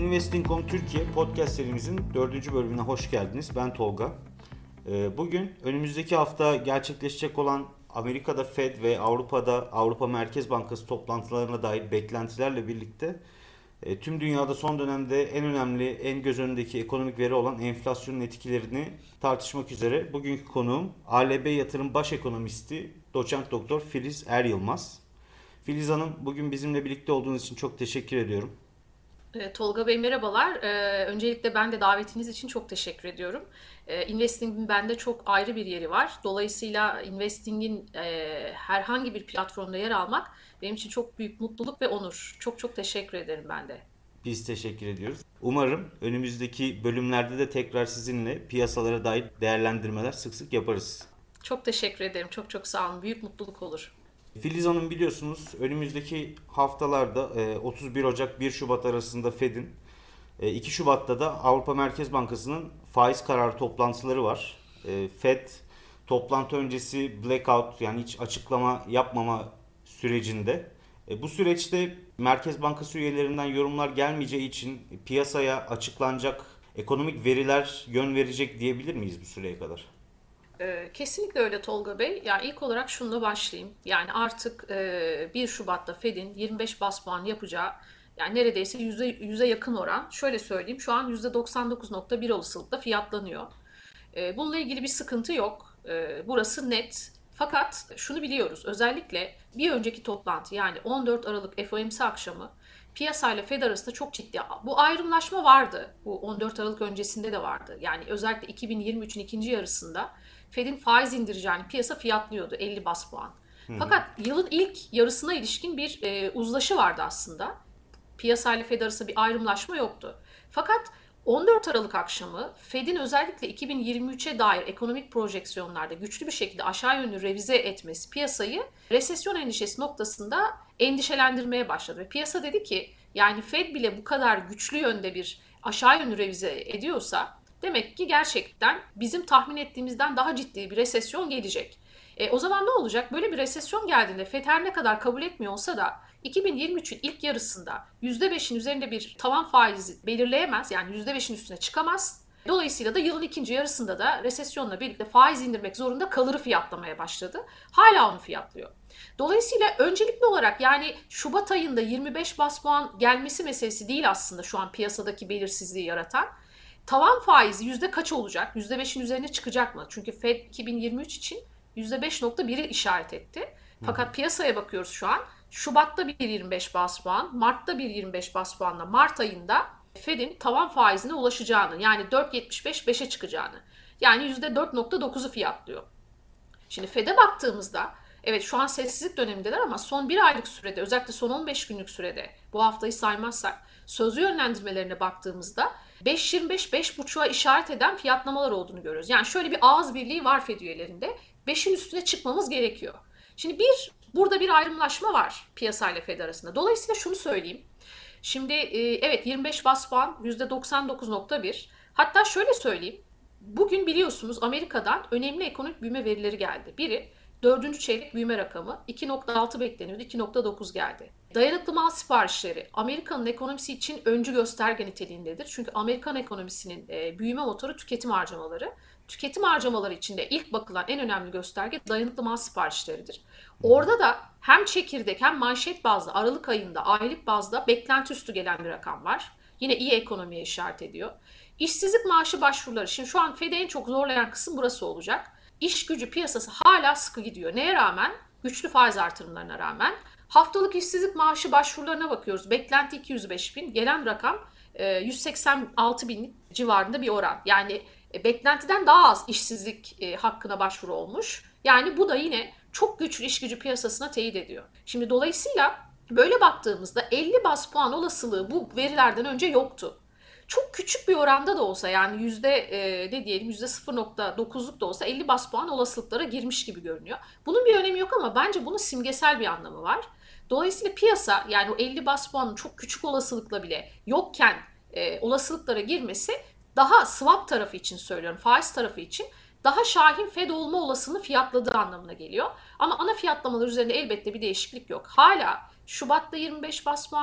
Investing.com Türkiye podcast serimizin 4. bölümüne hoş geldiniz. Ben Tolga. Bugün önümüzdeki hafta gerçekleşecek olan Amerika'da Fed ve Avrupa'da Avrupa Merkez Bankası toplantılarına dair beklentilerle birlikte tüm dünyada son dönemde en önemli, en göz önündeki ekonomik veri olan enflasyonun etkilerini tartışmak üzere bugünkü konuğum ALB Yatırım Baş Ekonomisti Doçent Doktor Filiz Eryılmaz. Filiz Hanım, bugün bizimle birlikte olduğunuz için çok teşekkür ediyorum. Tolga Bey merhabalar. Öncelikle ben de davetiniz için çok teşekkür ediyorum. Investing'in bende çok ayrı bir yeri var. Dolayısıyla Investing'in herhangi bir platformda yer almak benim için çok büyük mutluluk ve onur. Çok çok teşekkür ederim ben de. Biz teşekkür ediyoruz. Umarım önümüzdeki bölümlerde de tekrar sizinle piyasalara dair değerlendirmeler sık sık yaparız. Çok teşekkür ederim. Çok çok sağ olun. Büyük mutluluk olur. Filiz Hanım, biliyorsunuz önümüzdeki haftalarda 31 Ocak 1 Şubat arasında Fed'in, 2 Şubat'ta da Avrupa Merkez Bankası'nın faiz kararı toplantıları var. Fed toplantı öncesi blackout, yani hiç açıklama yapmama sürecinde. Bu süreçte Merkez Bankası üyelerinden yorumlar gelmeyeceği için piyasaya açıklanacak ekonomik veriler yön verecek diyebilir miyiz bu süreye kadar? Kesinlikle öyle Tolga Bey. Yani ilk olarak şununla başlayayım. Yani artık 1 Şubat'ta Fed'in 25 bas puan yapacağı, yani neredeyse yüze yakın oran. Şöyle söyleyeyim, şu an %99,1 olasılıkla fiyatlanıyor. Bununla ilgili bir sıkıntı yok. Burası net. Fakat şunu biliyoruz. Özellikle bir önceki toplantı, yani 14 Aralık FOMC akşamı piyasayla Fed arasında çok ciddi bu ayrımlaşma vardı. Bu 14 Aralık öncesinde de vardı. Yani özellikle 2023'ün ikinci yarısında Fed'in faiz indireceğini piyasa fiyatlıyordu, 50 bas puan. Fakat yılın ilk yarısına ilişkin bir uzlaşı vardı aslında. Piyasayla Fed arasında bir ayrımlaşma yoktu. Fakat 14 Aralık akşamı Fed'in özellikle 2023'e dair ekonomik projeksiyonlarda güçlü bir şekilde aşağı yönlü revize etmesi piyasayı resesyon endişesi noktasında endişelendirmeye başladı. Ve piyasa dedi ki, yani Fed bile bu kadar güçlü yönde bir aşağı yönlü revize ediyorsa demek ki gerçekten bizim tahmin ettiğimizden daha ciddi bir resesyon gelecek. O zaman ne olacak? Böyle bir resesyon geldiğinde Fed her ne kadar kabul etmiyor olsa da 2023'ün ilk yarısında %5'in üzerinde bir tavan faizi belirleyemez. Yani %5'in üstüne çıkamaz. Dolayısıyla da yılın ikinci yarısında da resesyonla birlikte faiz indirmek zorunda kalır fiyatlamaya başladı. Hala onu fiyatlıyor. Dolayısıyla öncelikli olarak, yani Şubat ayında 25 bas puan gelmesi meselesi değil aslında şu an piyasadaki belirsizliği yaratan. Tavan faizi yüzde kaç olacak? %5'in üzerine çıkacak mı? Çünkü Fed 2023 için %5,1'i işaret etti. Fakat piyasaya bakıyoruz şu an. Şubat'ta 1,25 bas puan, Mart'ta 1,25 bas puanla Mart ayında Fed'in tavan faizine ulaşacağını, yani 4,75 5'e çıkacağını, yani %4,9'u fiyatlıyor. Şimdi Fed'e baktığımızda, evet şu an sessizlik dönemindeler ama son bir aylık sürede, özellikle son 15 günlük sürede, bu haftayı saymazsak, sözlü yönlendirmelerine baktığımızda 5,25 5,5'a işaret eden fiyatlamalar olduğunu görüyoruz. Yani şöyle bir ağız birliği var Fed üyelerinde. 5'in üstüne çıkmamız gerekiyor. Şimdi burada bir ayrımlaşma var piyasayla Fed arasında. Dolayısıyla şunu söyleyeyim. Şimdi evet 25 bas puan %99,1. Hatta şöyle söyleyeyim. Bugün biliyorsunuz Amerika'dan önemli ekonomik büyüme verileri geldi. Biri dördüncü çeyrek büyüme rakamı 2,6 bekleniyordu, 2,9 geldi. Dayanıklı mal siparişleri Amerika'nın ekonomisi için öncü gösterge niteliğindedir. Çünkü Amerikan ekonomisinin büyüme motoru tüketim harcamaları. Tüketim harcamaları içinde ilk bakılan en önemli gösterge dayanıklı mal siparişleridir. Orada da hem çekirdek hem manşet bazlı Aralık ayında aylık bazda beklenti üstü gelen bir rakam var. Yine iyi ekonomiye işaret ediyor. İşsizlik maaşı başvuruları. Şimdi şu an Fed'i en çok zorlayan kısım burası olacak. İş gücü piyasası hala sıkı gidiyor. Neye rağmen? Güçlü faiz artırımlarına rağmen. Haftalık işsizlik maaşı başvurularına bakıyoruz. Beklenti 205 bin, gelen rakam 186 bin civarında bir oran. Yani beklentiden daha az işsizlik hakkına başvuru olmuş. Yani bu da yine çok güçlü iş gücü piyasasına teyit ediyor. Şimdi dolayısıyla böyle baktığımızda 50 bas puan olasılığı bu verilerden önce yoktu. Çok küçük bir oranda da olsa, yani ne diyelim %0,9'luk da olsa 50 bas puan olasılıklara girmiş gibi görünüyor. Bunun bir önemi yok ama bence bunun simgesel bir anlamı var. Dolayısıyla piyasa, yani o 50 bas puanın çok küçük olasılıkla bile yokken olasılıklara girmesi, daha swap tarafı için söylüyorum, faiz tarafı için daha şahin Fed olma olasılığını fiyatladığı anlamına geliyor. Ama ana fiyatlamalar üzerinde elbette bir değişiklik yok. Hala Şubat'ta 25 bas puan,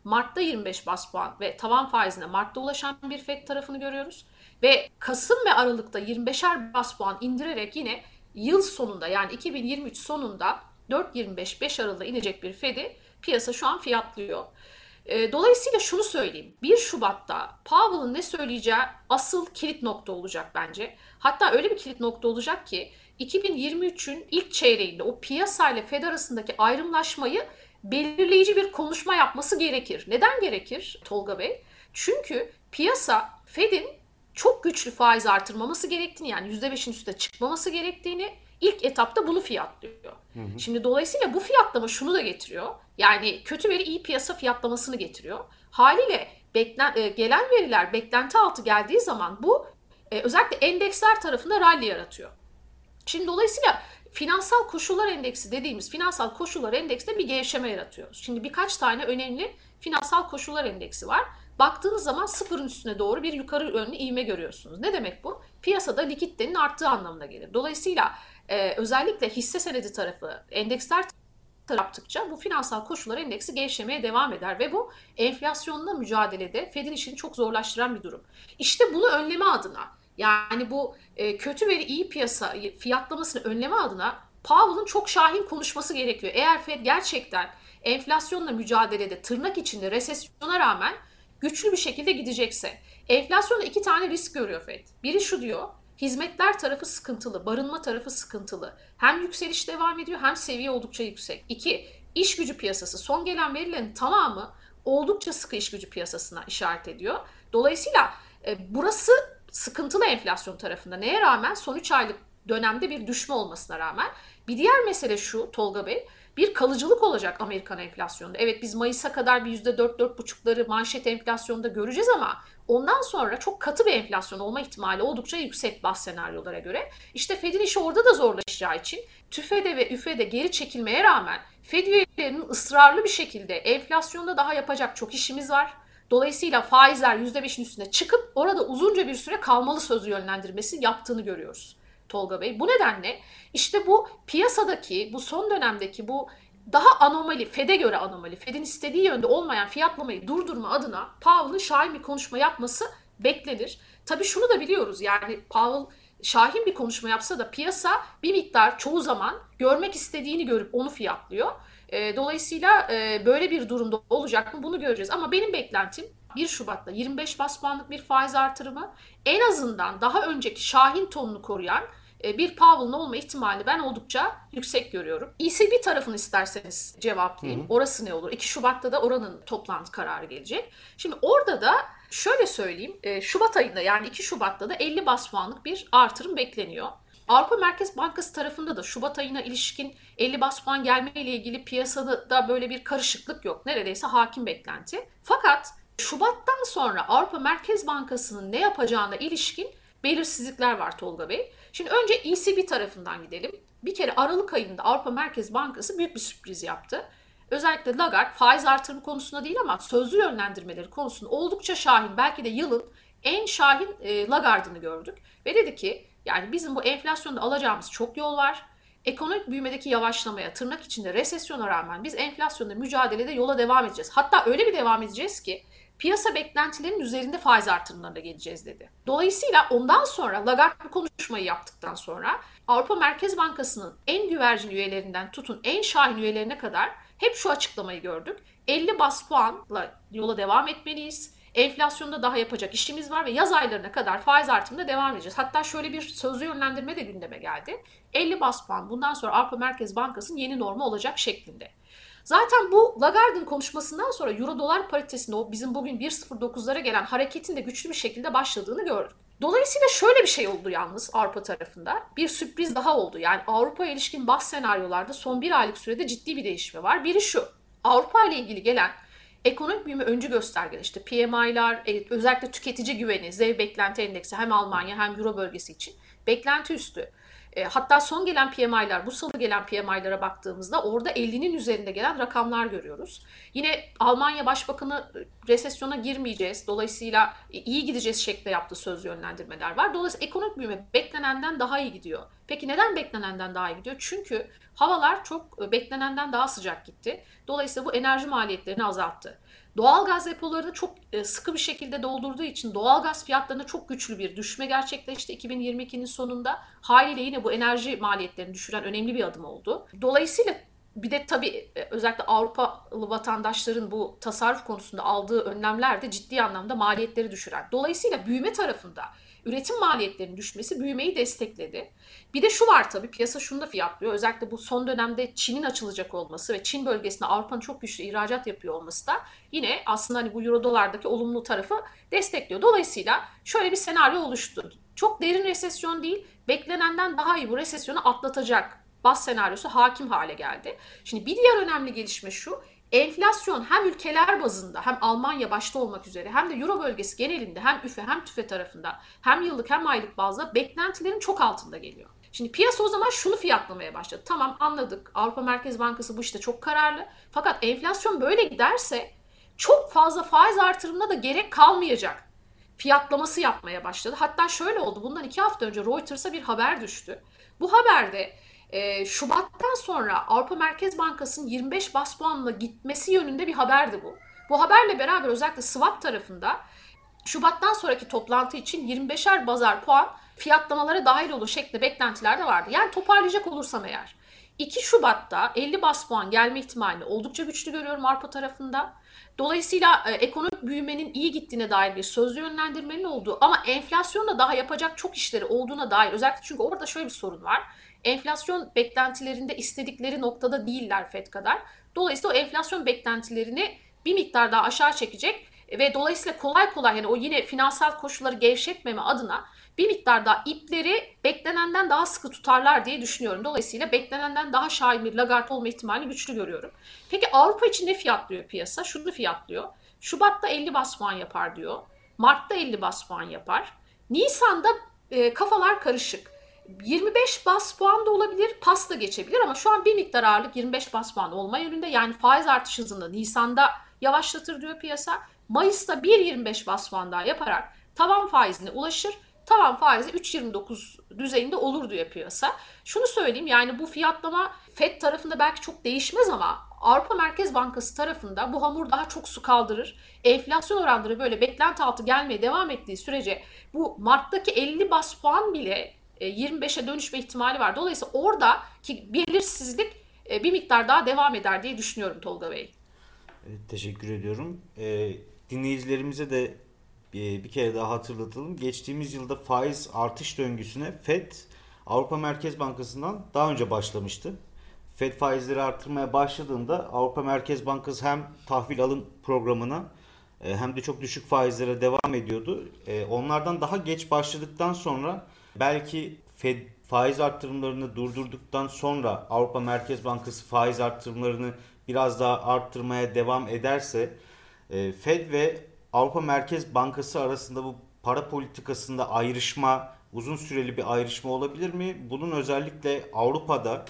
Mart'ta 25 bas puan ve tavan faizine Mart'ta ulaşan bir FED tarafını görüyoruz. Ve Kasım ve Aralık'ta 25'er bas puan indirerek yine yıl sonunda yani 2023 sonunda 4.25-5 aralığında inecek bir FED'i piyasa şu an fiyatlıyor. Dolayısıyla şunu söyleyeyim. 1 Şubat'ta Powell'ın ne söyleyeceği asıl kilit nokta olacak bence. Hatta öyle bir kilit nokta olacak ki 2023'ün ilk çeyreğinde o piyasa ile Fed arasındaki ayrımlaşmayı belirleyici bir konuşma yapması gerekir. Neden gerekir Tolga Bey? Çünkü piyasa Fed'in çok güçlü faiz artırmaması gerektiğini, yani %5'in üstüne çıkmaması gerektiğini, ilk etapta bunu fiyatlıyor. Şimdi dolayısıyla bu fiyatlama şunu da getiriyor. Yani kötü veri iyi piyasa fiyatlamasını getiriyor. Haliyle gelen veriler beklenti altı geldiği zaman bu özellikle endeksler tarafında rally yaratıyor. Şimdi dolayısıyla finansal koşullar endeksi dediğimiz finansal koşullar endekste bir gevşeme yaratıyor. Şimdi birkaç tane önemli finansal koşullar endeksi var. Baktığınız zaman sıfırın üstüne doğru bir yukarı yönlü ivme görüyorsunuz. Ne demek bu? Piyasada likiditenin arttığı anlamına gelir. Dolayısıyla özellikle hisse senedi tarafı, endeksler yaptıkça bu finansal koşullar endeksi gevşemeye devam eder ve bu enflasyonla mücadelede Fed'in işini çok zorlaştıran bir durum. İşte bunu önleme adına, yani bu kötü veri iyi piyasa fiyatlamasını önleme adına Powell'ın çok şahin konuşması gerekiyor. Eğer Fed gerçekten enflasyonla mücadelede tırnak içinde resesyona rağmen güçlü bir şekilde gidecekse, enflasyonda iki tane risk görüyor Fed. Biri şu diyor: hizmetler tarafı sıkıntılı, barınma tarafı sıkıntılı. Hem yükseliş devam ediyor hem seviye oldukça yüksek. İki, iş gücü piyasası. Son gelen verilerin tamamı oldukça sıkı iş gücü piyasasına işaret ediyor. Dolayısıyla burası sıkıntılı enflasyon tarafında. Neye rağmen? Son 3 aylık dönemde bir düşme olmasına rağmen. Bir diğer mesele şu Tolga Bey, bir kalıcılık olacak Amerikan enflasyonunda. Evet, biz Mayıs'a kadar bir %4-4,5'ları manşet enflasyonda göreceğiz ama ondan sonra çok katı bir enflasyon olma ihtimali oldukça yüksek bazı senaryolara göre. İşte Fed'in işi orada da zorlaşacağı için TÜFE'de ve ÜFE'de geri çekilmeye rağmen Fed üyelerinin ısrarlı bir şekilde enflasyonda daha yapacak çok işimiz var. Dolayısıyla faizler %5'in üstüne çıkıp orada uzunca bir süre kalmalı sözü yönlendirmesi yaptığını görüyoruz Tolga Bey. Bu nedenle işte bu piyasadaki, bu son dönemdeki bu daha anomali, Fed'e göre anomali, Fed'in istediği yönde olmayan fiyatlamayı durdurma adına Powell'ın şahin bir konuşma yapması beklenir. Tabii şunu da biliyoruz, yani Powell şahin bir konuşma yapsa da piyasa bir miktar çoğu zaman görmek istediğini görüp onu fiyatlıyor. Dolayısıyla böyle bir durumda olacak mı bunu göreceğiz. Ama benim beklentim 1 Şubat'ta 25 bas puanlık bir faiz artırımı, en azından daha önceki şahin tonunu koruyan bir Powell'ın olma ihtimalini ben oldukça yüksek görüyorum. ECB tarafını isterseniz cevaplayayım. Orası ne olur? 2 Şubat'ta da oranın toplantı kararı gelecek. Şimdi orada da şöyle söyleyeyim. Şubat ayında, yani 2 Şubat'ta da 50 bas puanlık bir artırım bekleniyor. Avrupa Merkez Bankası tarafında da Şubat ayına ilişkin 50 bas puan gelme ile ilgili piyasada da böyle bir karışıklık yok. Neredeyse hakim beklenti. Fakat Şubat'tan sonra Avrupa Merkez Bankası'nın ne yapacağına ilişkin belirsizlikler var Tolga Bey. Şimdi önce ECB tarafından gidelim. Bir kere Aralık ayında Avrupa Merkez Bankası büyük bir sürpriz yaptı. Özellikle Lagarde faiz artırımı konusunda değil ama sözlü yönlendirmeleri konusunda oldukça şahin, belki de yılın en şahin Lagarde'ını gördük. Ve dedi ki, yani bizim bu enflasyonda alacağımız çok yol var. Ekonomik büyümedeki yavaşlamaya, tırnak içinde resesyona rağmen biz enflasyonda mücadelede yola devam edeceğiz. Hatta öyle bir devam edeceğiz ki piyasa beklentilerinin üzerinde faiz artırımlarına geleceğiz dedi. Dolayısıyla ondan sonra Lagarde bu konuşmayı yaptıktan sonra Avrupa Merkez Bankası'nın en güvercin üyelerinden tutun en şahin üyelerine kadar hep şu açıklamayı gördük: 50 bas puanla yola devam etmeliyiz. Enflasyonda daha yapacak işimiz var ve yaz aylarına kadar faiz artımına devam edeceğiz. Hatta şöyle bir sözlü yönlendirme de gündeme geldi: 50 bas puan bundan sonra Avrupa Merkez Bankası'nın yeni normu olacak şeklinde. Zaten bu Lagarde'ın konuşmasından sonra Euro dolar paritesinde o bizim bugün 1.09'lara gelen hareketin de güçlü bir şekilde başladığını gördük. Dolayısıyla şöyle bir şey oldu yalnız Avrupa tarafında. Bir sürpriz daha oldu. Yani Avrupa'ya ilişkin baz senaryolarda son bir aylık sürede ciddi bir değişme var. Biri şu: Avrupa ile ilgili gelen ekonomik büyüme öncü göstergeler, işte PMI'lar, özellikle tüketici güveni, ZEV beklenti endeksi hem Almanya hem Euro bölgesi için beklenti üstü. Hatta son gelen PMI'lar, bu salı gelen PMI'lara baktığımızda orada 50'nin üzerinde gelen rakamlar görüyoruz. Yine Almanya Başbakanı resesyona girmeyeceğiz, dolayısıyla iyi gideceğiz şeklinde yaptığı sözlü yönlendirmeler var. Dolayısıyla ekonomik büyüme beklenenden daha iyi gidiyor. Peki neden beklenenden daha iyi gidiyor? Çünkü havalar çok beklenenden daha sıcak gitti. Dolayısıyla bu enerji maliyetlerini azalttı. Doğalgaz depolarını çok sıkı bir şekilde doldurduğu için doğalgaz fiyatlarına çok güçlü bir düşme gerçekleşti 2022'nin sonunda. Haliyle yine bu enerji maliyetlerini düşüren önemli bir adım oldu. Dolayısıyla bir de tabii özellikle Avrupalı vatandaşların bu tasarruf konusunda aldığı önlemler de ciddi anlamda maliyetleri düşüren. Dolayısıyla büyüme tarafında üretim maliyetlerinin düşmesi büyümeyi destekledi. Bir de şu var tabii, piyasa şunu da fiyatlıyor. Özellikle bu son dönemde Çin'in açılacak olması ve Çin bölgesinde Avrupa'nın çok güçlü ihracat yapıyor olması da yine aslında hani bu euro dolardaki olumlu tarafı destekliyor. Dolayısıyla şöyle bir senaryo oluştu. Çok derin resesyon değil, beklenenden daha iyi bu resesyonu atlatacak baz senaryosu hakim hale geldi. Şimdi bir diğer önemli gelişme şu. Enflasyon hem ülkeler bazında hem Almanya başta olmak üzere hem de Euro bölgesi genelinde hem üfe hem tüfe tarafında hem yıllık hem aylık bazda beklentilerin çok altında geliyor. Şimdi piyasa o zaman şunu fiyatlamaya başladı. Tamam, anladık, Avrupa Merkez Bankası bu işte çok kararlı. Fakat enflasyon böyle giderse çok fazla faiz artırımına da gerek kalmayacak fiyatlaması yapmaya başladı. Hatta şöyle oldu, bundan 2 hafta önce Reuters'a bir haber düştü. Bu haberde Şubat'tan sonra Avrupa Merkez Bankası'nın 25 bas puanla gitmesi yönünde bir haberdi bu. Bu haberle beraber özellikle swap tarafında Şubat'tan sonraki toplantı için 25'er bazar puan fiyatlamalara dahil olur şeklinde beklentiler de vardı. Yani toparlayacak olursam eğer 2 Şubat'ta 50 bas puan gelme ihtimalini oldukça güçlü görüyorum Avrupa tarafında. Dolayısıyla ekonomik büyümenin iyi gittiğine dair bir sözlü yönlendirmenin olduğu ama enflasyonla daha yapacak çok işleri olduğuna dair, özellikle çünkü orada şöyle bir sorun var. Enflasyon beklentilerinde istedikleri noktada değiller FED kadar. Dolayısıyla o enflasyon beklentilerini bir miktar daha aşağı çekecek ve dolayısıyla kolay kolay yani o yine finansal koşulları gevşetmeme adına bir miktar daha ipleri beklenenden daha sıkı tutarlar diye düşünüyorum. Dolayısıyla beklenenden daha şahin bir Lagarde olma ihtimalini güçlü görüyorum. Peki Avrupa için ne fiyatlıyor piyasa? Şunu fiyatlıyor. Şubat'ta 50 bas puan yapar diyor. Mart'ta 50 bas puan yapar. Nisan'da kafalar karışık. 25 bas puan da olabilir, pas da geçebilir ama şu an bir miktar ağırlık 25 bas puan olma yönünde. Yani faiz artış hızını Nisan'da yavaşlatır diyor piyasa. Mayıs'ta 1,25 bas puan daha yaparak tavan faizine ulaşır. Tavan faizi 3,29 düzeyinde olur diyor piyasa. Şunu söyleyeyim, yani bu fiyatlama FED tarafında belki çok değişmez ama Avrupa Merkez Bankası tarafında bu hamur daha çok su kaldırır. Enflasyon oranları böyle beklenti altı gelmeye devam ettiği sürece bu Mart'taki 50 bas puan bile 25'e dönüşme ihtimali var. Dolayısıyla oradaki belirsizlik bir miktar daha devam eder diye düşünüyorum Tolga Bey. Evet, teşekkür ediyorum. Dinleyicilerimize de bir kere daha hatırlatalım. Geçtiğimiz yılda faiz artış döngüsüne FED Avrupa Merkez Bankası'ndan daha önce başlamıştı. FED faizleri artırmaya başladığında Avrupa Merkez Bankası hem tahvil alım programına hem de çok düşük faizlere devam ediyordu. Onlardan daha geç başladıktan sonra belki Fed faiz artırımlarını durdurduktan sonra Avrupa Merkez Bankası faiz artırımlarını biraz daha arttırmaya devam ederse Fed ve Avrupa Merkez Bankası arasında bu para politikasında ayrışma, uzun süreli bir ayrışma olabilir mi? Bunun özellikle Avrupa'da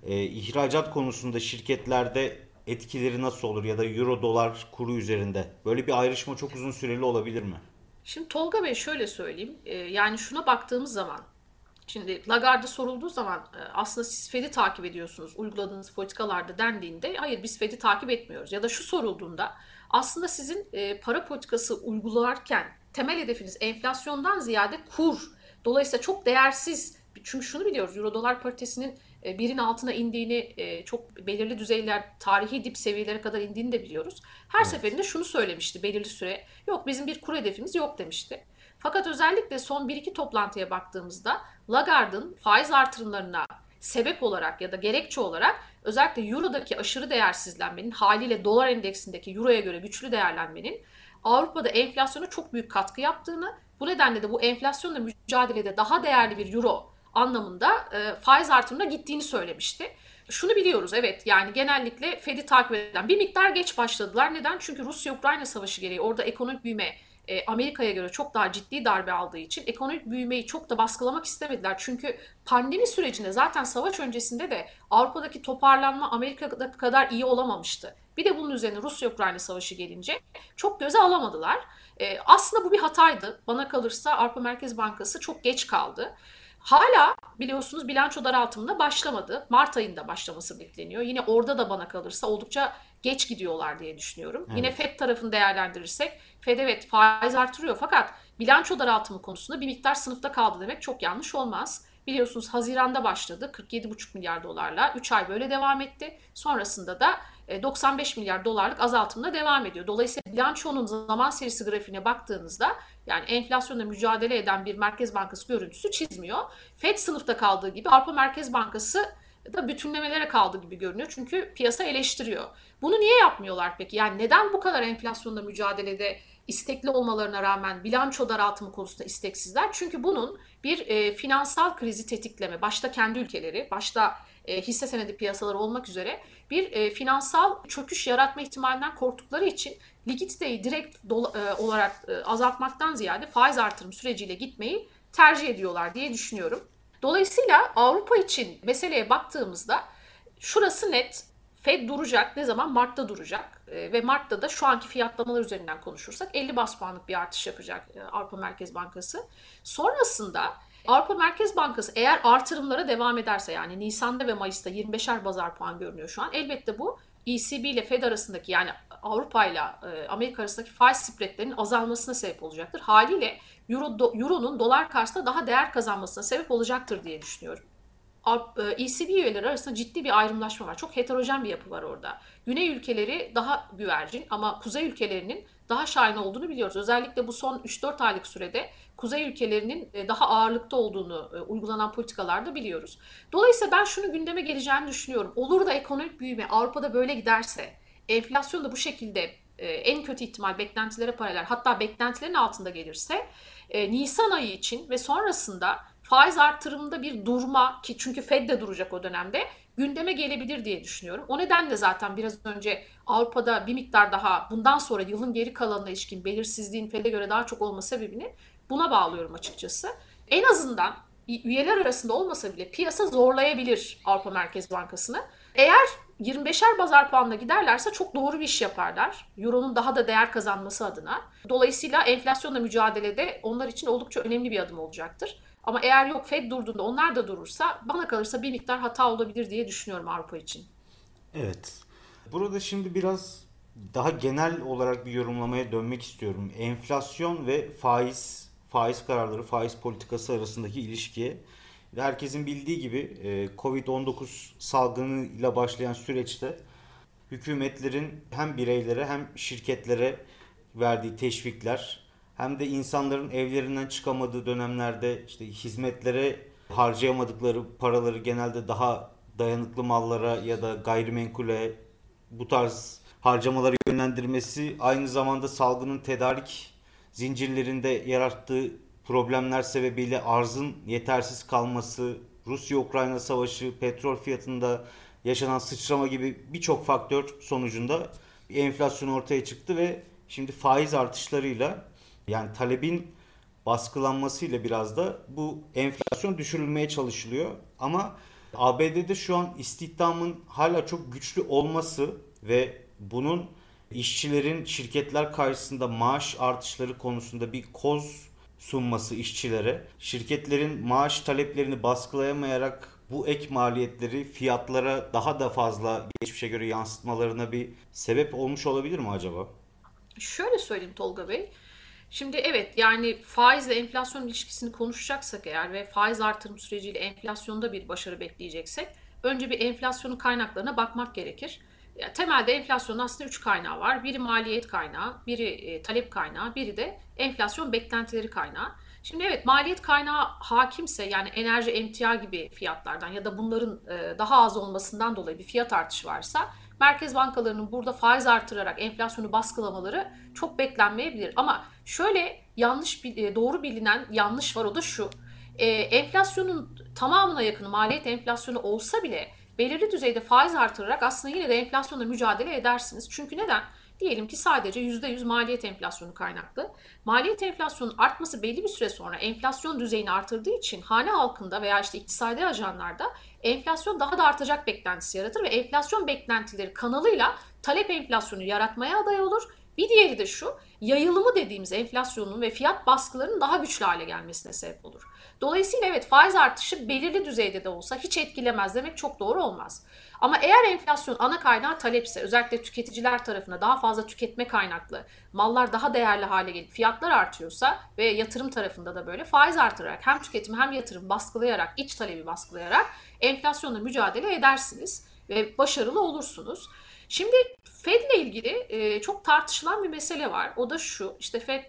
ihracat konusunda şirketlerde etkileri nasıl olur ya da euro dolar kuru üzerinde? Böyle bir ayrışma çok uzun süreli olabilir mi? Şimdi Tolga Bey şöyle söyleyeyim. Yani şuna baktığımız zaman, şimdi Lagarde sorulduğu zaman aslında siz Fed'i takip ediyorsunuz uyguladığınız politikalarda dendiğinde hayır biz Fed'i takip etmiyoruz. Ya da şu sorulduğunda aslında sizin para politikası uygularken temel hedefiniz enflasyondan ziyade kur. Dolayısıyla çok değersiz, çünkü şunu biliyoruz, Euro dolar paritesinin birin altına indiğini, çok belirli düzeyler, tarihi dip seviyelere kadar indiğini de biliyoruz. Her Evet. seferinde şunu söylemişti belirli süre, yok bizim bir kur hedefimiz yok demişti. Fakat özellikle son bir iki toplantıya baktığımızda Lagarde'ın faiz artırımlarına sebep olarak ya da gerekçe olarak özellikle Euro'daki aşırı değersizlenmenin, haliyle dolar endeksindeki Euro'ya göre güçlü değerlenmenin Avrupa'da enflasyona çok büyük katkı yaptığını, bu nedenle de bu enflasyonla mücadelede daha değerli bir Euro anlamında faiz artırımına gittiğini söylemişti. Şunu biliyoruz, evet, yani genellikle Fed'i takip eden bir miktar geç başladılar. Neden? Çünkü Rusya-Ukrayna savaşı gereği orada ekonomik büyüme Amerika'ya göre çok daha ciddi darbe aldığı için ekonomik büyümeyi çok da baskılamak istemediler. Çünkü pandemi sürecinde zaten savaş öncesinde de Avrupa'daki toparlanma Amerika'da kadar iyi olamamıştı. Bir de bunun üzerine Rusya-Ukrayna savaşı gelince çok göze alamadılar. Aslında bu bir hataydı. Bana kalırsa Avrupa Merkez Bankası çok geç kaldı. Hala biliyorsunuz bilanço daraltımına başlamadı. Mart ayında başlaması bekleniyor. Yine orada da bana kalırsa oldukça geç gidiyorlar diye düşünüyorum. Yine Evet. Fed tarafını değerlendirirsek Fed evet faiz artırıyor fakat bilanço daraltımı konusunda bir miktar sınıfta kaldı demek çok yanlış olmaz. Biliyorsunuz Haziran'da başladı 47,5 milyar dolarla 3 ay böyle devam etti. Sonrasında da 95 milyar dolarlık azaltımla devam ediyor. Dolayısıyla bilançonun zaman serisi grafiğine baktığınızda yani enflasyonla mücadele eden bir Merkez Bankası görüntüsü çizmiyor. Fed sınıfta kaldığı gibi Avrupa Merkez Bankası da bütünlemelere kaldı gibi görünüyor. Çünkü piyasa eleştiriyor. Bunu niye yapmıyorlar peki? Yani neden bu kadar enflasyonla mücadelede istekli olmalarına rağmen bilanço daraltımı konusunda isteksizler? Çünkü bunun bir finansal krizi tetikleme, başta kendi ülkeleri, başta hisse senedi piyasaları olmak üzere bir finansal çöküş yaratma ihtimalinden korktukları için likiditeyi direkt olarak azaltmaktan ziyade faiz artırım süreciyle gitmeyi tercih ediyorlar diye düşünüyorum. Dolayısıyla Avrupa için meseleye baktığımızda şurası net. Fed duracak. Ne zaman? Mart'ta duracak. Ve Mart'ta da şu anki fiyatlamalar üzerinden konuşursak 50 bas puanlık bir artış yapacak Avrupa Merkez Bankası. Sonrasında Avrupa Merkez Bankası eğer artırımlara devam ederse yani Nisan'da ve Mayıs'ta 25'er bazar puan görünüyor şu an. Elbette bu ECB ile Fed arasındaki yani Avrupa ile Amerika arasındaki faiz spreadlerinin azalmasına sebep olacaktır. Haliyle Euro'nun dolar karşısında daha değer kazanmasına sebep olacaktır diye düşünüyorum. ECB üyeleri arasında ciddi bir ayrımlaşma var. Çok heterojen bir yapı var orada. Güney ülkeleri daha güvercin ama kuzey ülkelerinin daha şahin olduğunu biliyoruz. Özellikle bu son 3-4 aylık sürede kuzey ülkelerinin daha ağırlıkta olduğunu uygulanan politikalarda biliyoruz. Dolayısıyla ben şunu gündeme geleceğini düşünüyorum. Olur da ekonomik büyüme Avrupa'da böyle giderse, enflasyon da bu şekilde en kötü ihtimal beklentilere paralel hatta beklentilerin altında gelirse Nisan ayı için ve sonrasında faiz artırımında bir durma ki çünkü Fed de duracak o dönemde gündeme gelebilir diye düşünüyorum. O nedenle zaten biraz önce Avrupa'da bir miktar daha bundan sonra yılın geri kalanına ilişkin belirsizliğin Fed'e göre daha çok olma sebebini buna bağlıyorum açıkçası. En azından üyeler arasında olmasa bile piyasa zorlayabilir Avrupa Merkez Bankası'nı. Eğer 25'er bazar puanla giderlerse çok doğru bir iş yaparlar. Euro'nun daha da değer kazanması adına. Dolayısıyla enflasyonla mücadelede onlar için oldukça önemli bir adım olacaktır. Ama eğer yok Fed durduğunda onlar da durursa bana kalırsa bir miktar hata olabilir diye düşünüyorum Avrupa için. Evet. Burada şimdi biraz daha genel olarak bir yorumlamaya dönmek istiyorum. Enflasyon ve faiz kararları, faiz politikası arasındaki ilişkiye. Herkesin bildiği gibi Covid-19 salgınıyla başlayan süreçte hükümetlerin hem bireylere hem şirketlere verdiği teşvikler hem de insanların evlerinden çıkamadığı dönemlerde işte hizmetlere harcayamadıkları paraları genelde daha dayanıklı mallara ya da gayrimenkule bu tarz harcamaları yönlendirmesi aynı zamanda salgının tedarik zincirlerinde yarattığı problemler sebebiyle arzın yetersiz kalması, Rusya-Ukrayna savaşı, petrol fiyatında yaşanan sıçrama gibi birçok faktör sonucunda bir enflasyon ortaya çıktı ve şimdi faiz artışlarıyla yani talebin baskılanmasıyla biraz da bu enflasyon düşürülmeye çalışılıyor. Ama ABD'de şu an istihdamın hala çok güçlü olması ve bunun işçilerin şirketler karşısında maaş artışları konusunda bir koz sunması işçilere, şirketlerin maaş taleplerini baskılayamayarak bu ek maliyetleri fiyatlara daha da fazla geçmişe göre yansıtmalarına bir sebep olmuş olabilir mi acaba? Şöyle söyleyeyim Tolga Bey. Şimdi evet yani faizle enflasyon ilişkisini konuşacaksak eğer ve faiz artırım süreciyle enflasyonda bir başarı bekleyeceksek önce bir enflasyonun kaynaklarına bakmak gerekir. Ya, temelde enflasyonun aslında 3 kaynağı var. Biri maliyet kaynağı, biri talep kaynağı, biri de enflasyon beklentileri kaynağı. Şimdi evet maliyet kaynağı hakimse yani enerji, emtia gibi fiyatlardan ya da bunların daha az olmasından dolayı bir fiyat artışı varsa merkez bankalarının burada faiz artırarak enflasyonu baskılamaları çok beklenmeyebilir. Ama şöyle yanlış doğru bilinen yanlış var o da şu. Enflasyonun tamamına yakını maliyet enflasyonu olsa bile belirli düzeyde faiz artırarak aslında yine de enflasyonla mücadele edersiniz. Çünkü neden? Diyelim ki sadece %100 maliyet enflasyonu kaynaklı. Maliyet enflasyonun artması belli bir süre sonra enflasyon düzeyini artırdığı için hane halkında veya işte iktisadi ajanlarda enflasyon daha da artacak beklentisi yaratır ve enflasyon beklentileri kanalıyla talep enflasyonu yaratmaya aday olur Bir diğeri de şu, yayılımı dediğimiz enflasyonun ve fiyat baskılarının daha güçlü hale gelmesine sebep olur. Dolayısıyla evet, faiz artışı belirli düzeyde de olsa hiç etkilemez demek çok doğru olmaz. Ama eğer enflasyon ana kaynağı talepse, özellikle tüketiciler tarafına daha fazla tüketme kaynaklı, mallar daha değerli hale gelip fiyatlar artıyorsa ve yatırım tarafında da böyle faiz artırarak hem tüketim hem yatırım baskılayarak, iç talebi baskılayarak enflasyonla mücadele edersiniz ve başarılı olursunuz. Şimdi Fed ile ilgili çok tartışılan bir mesele var. O da şu, işte Fed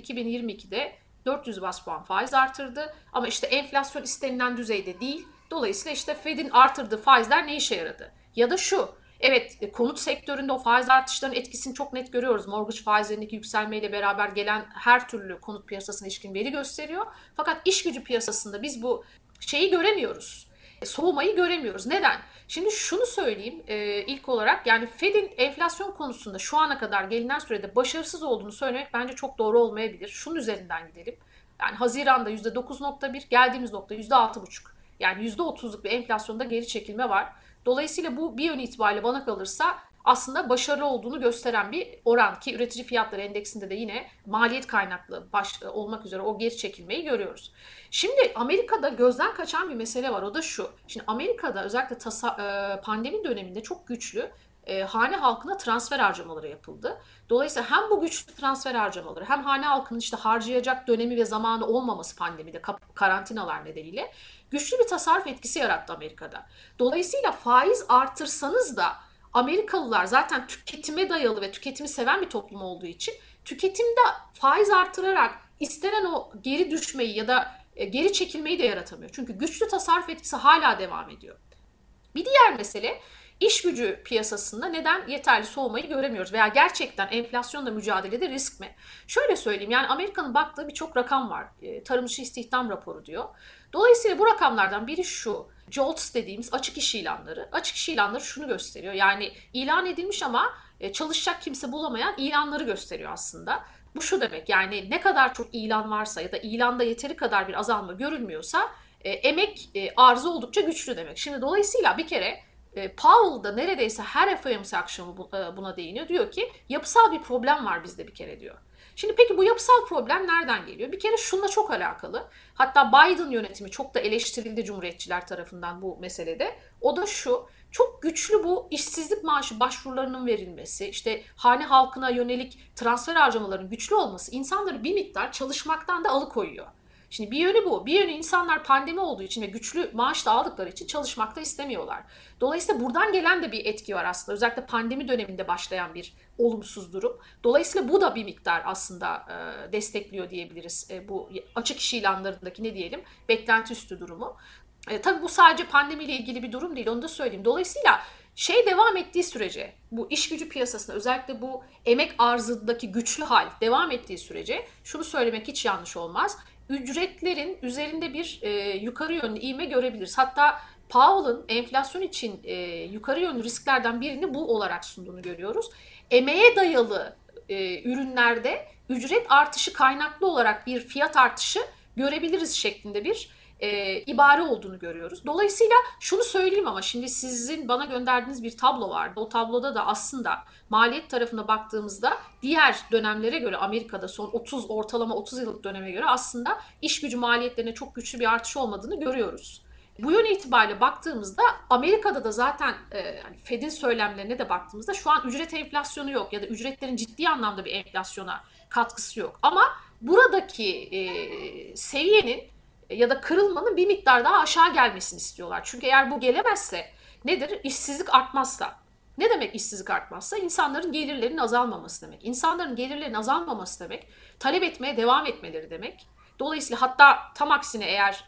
2022'de 400 bas puan faiz artırdı ama işte enflasyon istenilen düzeyde değil. Dolayısıyla işte Fed'in artırdığı faizler ne işe yaradı? Ya da şu, evet, konut sektöründe o faiz artışlarının etkisini çok net görüyoruz. Mortgage faizlerindeki yükselmeyle beraber gelen her türlü konut piyasasına ilişkin veri gösteriyor. Fakat iş gücü piyasasında biz bu şeyi göremiyoruz. Soğumayı göremiyoruz. Neden? Şimdi şunu söyleyeyim ilk olarak, yani Fed'in enflasyon konusunda şu ana kadar gelinen sürede başarısız olduğunu söylemek bence çok doğru olmayabilir. Şunun üzerinden gidelim. Yani Haziran'da %9,1, geldiğimiz nokta %6,5. Yani %30'luk bir enflasyonda geri çekilme var. Dolayısıyla bu bir yön itibariyle bana kalırsa aslında başarılı olduğunu gösteren bir oran, ki üretici fiyatları endeksinde de yine maliyet kaynaklı olmak üzere o geri çekilmeyi görüyoruz. Şimdi Amerika'da gözden kaçan bir mesele var, o da şu. Şimdi Amerika'da özellikle pandemi döneminde çok güçlü hane halkına transfer harcamaları yapıldı. Dolayısıyla hem bu güçlü transfer harcamaları hem hane halkının işte harcayacak dönemi ve zamanı olmaması pandemide karantinalar nedeniyle güçlü bir tasarruf etkisi yarattı Amerika'da. Dolayısıyla faiz artırsanız da Amerikalılar zaten tüketime dayalı ve tüketimi seven bir toplum olduğu için tüketimde faiz artırarak istenen o geri düşmeyi ya da geri çekilmeyi de yaratamıyor. Çünkü güçlü tasarruf etkisi hala devam ediyor. Bir diğer mesele, iş gücü piyasasında neden yeterli soğumayı göremiyoruz veya gerçekten enflasyonla mücadelede risk mi? Şöyle söyleyeyim, yani Amerika'nın baktığı birçok rakam var. Tarım dışı istihdam raporu diyor. Dolayısıyla bu rakamlardan biri şu: JOLTS dediğimiz açık iş ilanları. Açık iş ilanları şunu gösteriyor. Yani ilan edilmiş ama çalışacak kimse bulamayan ilanları gösteriyor aslında. Bu şu demek, yani ne kadar çok ilan varsa ya da ilanda yeteri kadar bir azalma görülmüyorsa emek arzı oldukça güçlü demek. Şimdi dolayısıyla bir kere Powell da neredeyse her FOMC akşamı buna değiniyor. Diyor ki yapısal bir problem var bizde bir kere diyor. Şimdi peki bu yapısal problem nereden geliyor? Bir kere şununla çok alakalı. Hatta Biden yönetimi çok da eleştirildi Cumhuriyetçiler tarafından bu meselede. O da şu: çok güçlü bu işsizlik maaşı başvurularının verilmesi, işte hane halkına yönelik transfer harcamalarının güçlü olması insanları bir miktar çalışmaktan da alıkoyuyor. Şimdi bir yönü bu. Bir yönü insanlar pandemi olduğu için ve güçlü maaş da aldıkları için çalışmakta istemiyorlar. Dolayısıyla buradan gelen de bir etki var aslında. Özellikle pandemi döneminde başlayan bir olumsuz durum. Dolayısıyla bu da bir miktar aslında destekliyor diyebiliriz bu açık iş ilanlarındaki, ne diyelim, beklenti üstü durumu. Tabii bu sadece pandemiyle ilgili bir durum değil, onu da söyleyeyim. Dolayısıyla devam ettiği sürece, bu iş gücü piyasasında özellikle bu emek arzındaki güçlü hal devam ettiği sürece şunu söylemek hiç yanlış olmaz: ücretlerin üzerinde bir yukarı yönlü ivme görebiliriz. Hatta Powell'ın enflasyon için yukarı yönlü risklerden birini bu olarak sunduğunu görüyoruz. Emeğe dayalı ürünlerde ücret artışı kaynaklı olarak bir fiyat artışı görebiliriz şeklinde bir ibare olduğunu görüyoruz. Dolayısıyla şunu söyleyeyim, ama şimdi sizin bana gönderdiğiniz bir tablo vardı. O tabloda da aslında maliyet tarafına baktığımızda diğer dönemlere göre, Amerika'da son ortalama 30 yıllık döneme göre aslında iş gücü maliyetlerine çok güçlü bir artış olmadığını görüyoruz. Bu yön itibariyle baktığımızda Amerika'da da zaten hani Fed'in söylemlerine de baktığımızda şu an ücret enflasyonu yok ya da ücretlerin ciddi anlamda bir enflasyona katkısı yok. Ama buradaki seviyenin ya da kırılmanın bir miktar daha aşağı gelmesini istiyorlar. Çünkü eğer bu gelemezse nedir? İşsizlik artmazsa. Ne demek işsizlik artmazsa? İnsanların gelirlerinin azalmaması demek. İnsanların gelirlerinin azalmaması demek, talep etmeye devam etmeleri demek. Dolayısıyla hatta tam aksine eğer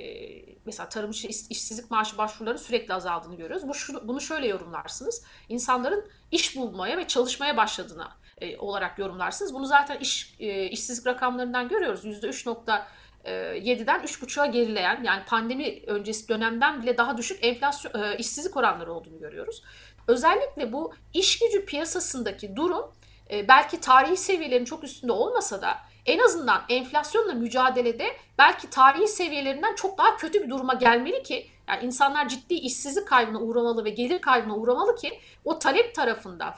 mesela tarım işsizlik maaşı başvurularının sürekli azaldığını görüyoruz. Bunu şöyle yorumlarsınız: İnsanların iş bulmaya ve çalışmaya başladığını olarak yorumlarsınız. Bunu zaten işsizlik rakamlarından görüyoruz. %3,7'den 3,5'a gerileyen, yani pandemi öncesi dönemden bile daha düşük işsizlik oranları olduğunu görüyoruz. Özellikle bu iş gücü piyasasındaki durum belki tarihi seviyelerin çok üstünde olmasa da en azından enflasyonla mücadelede belki tarihi seviyelerinden çok daha kötü bir duruma gelmeli ki Yani insanlar ciddi işsizlik kaybına uğramalı ve gelir kaybına uğramalı ki o talep tarafında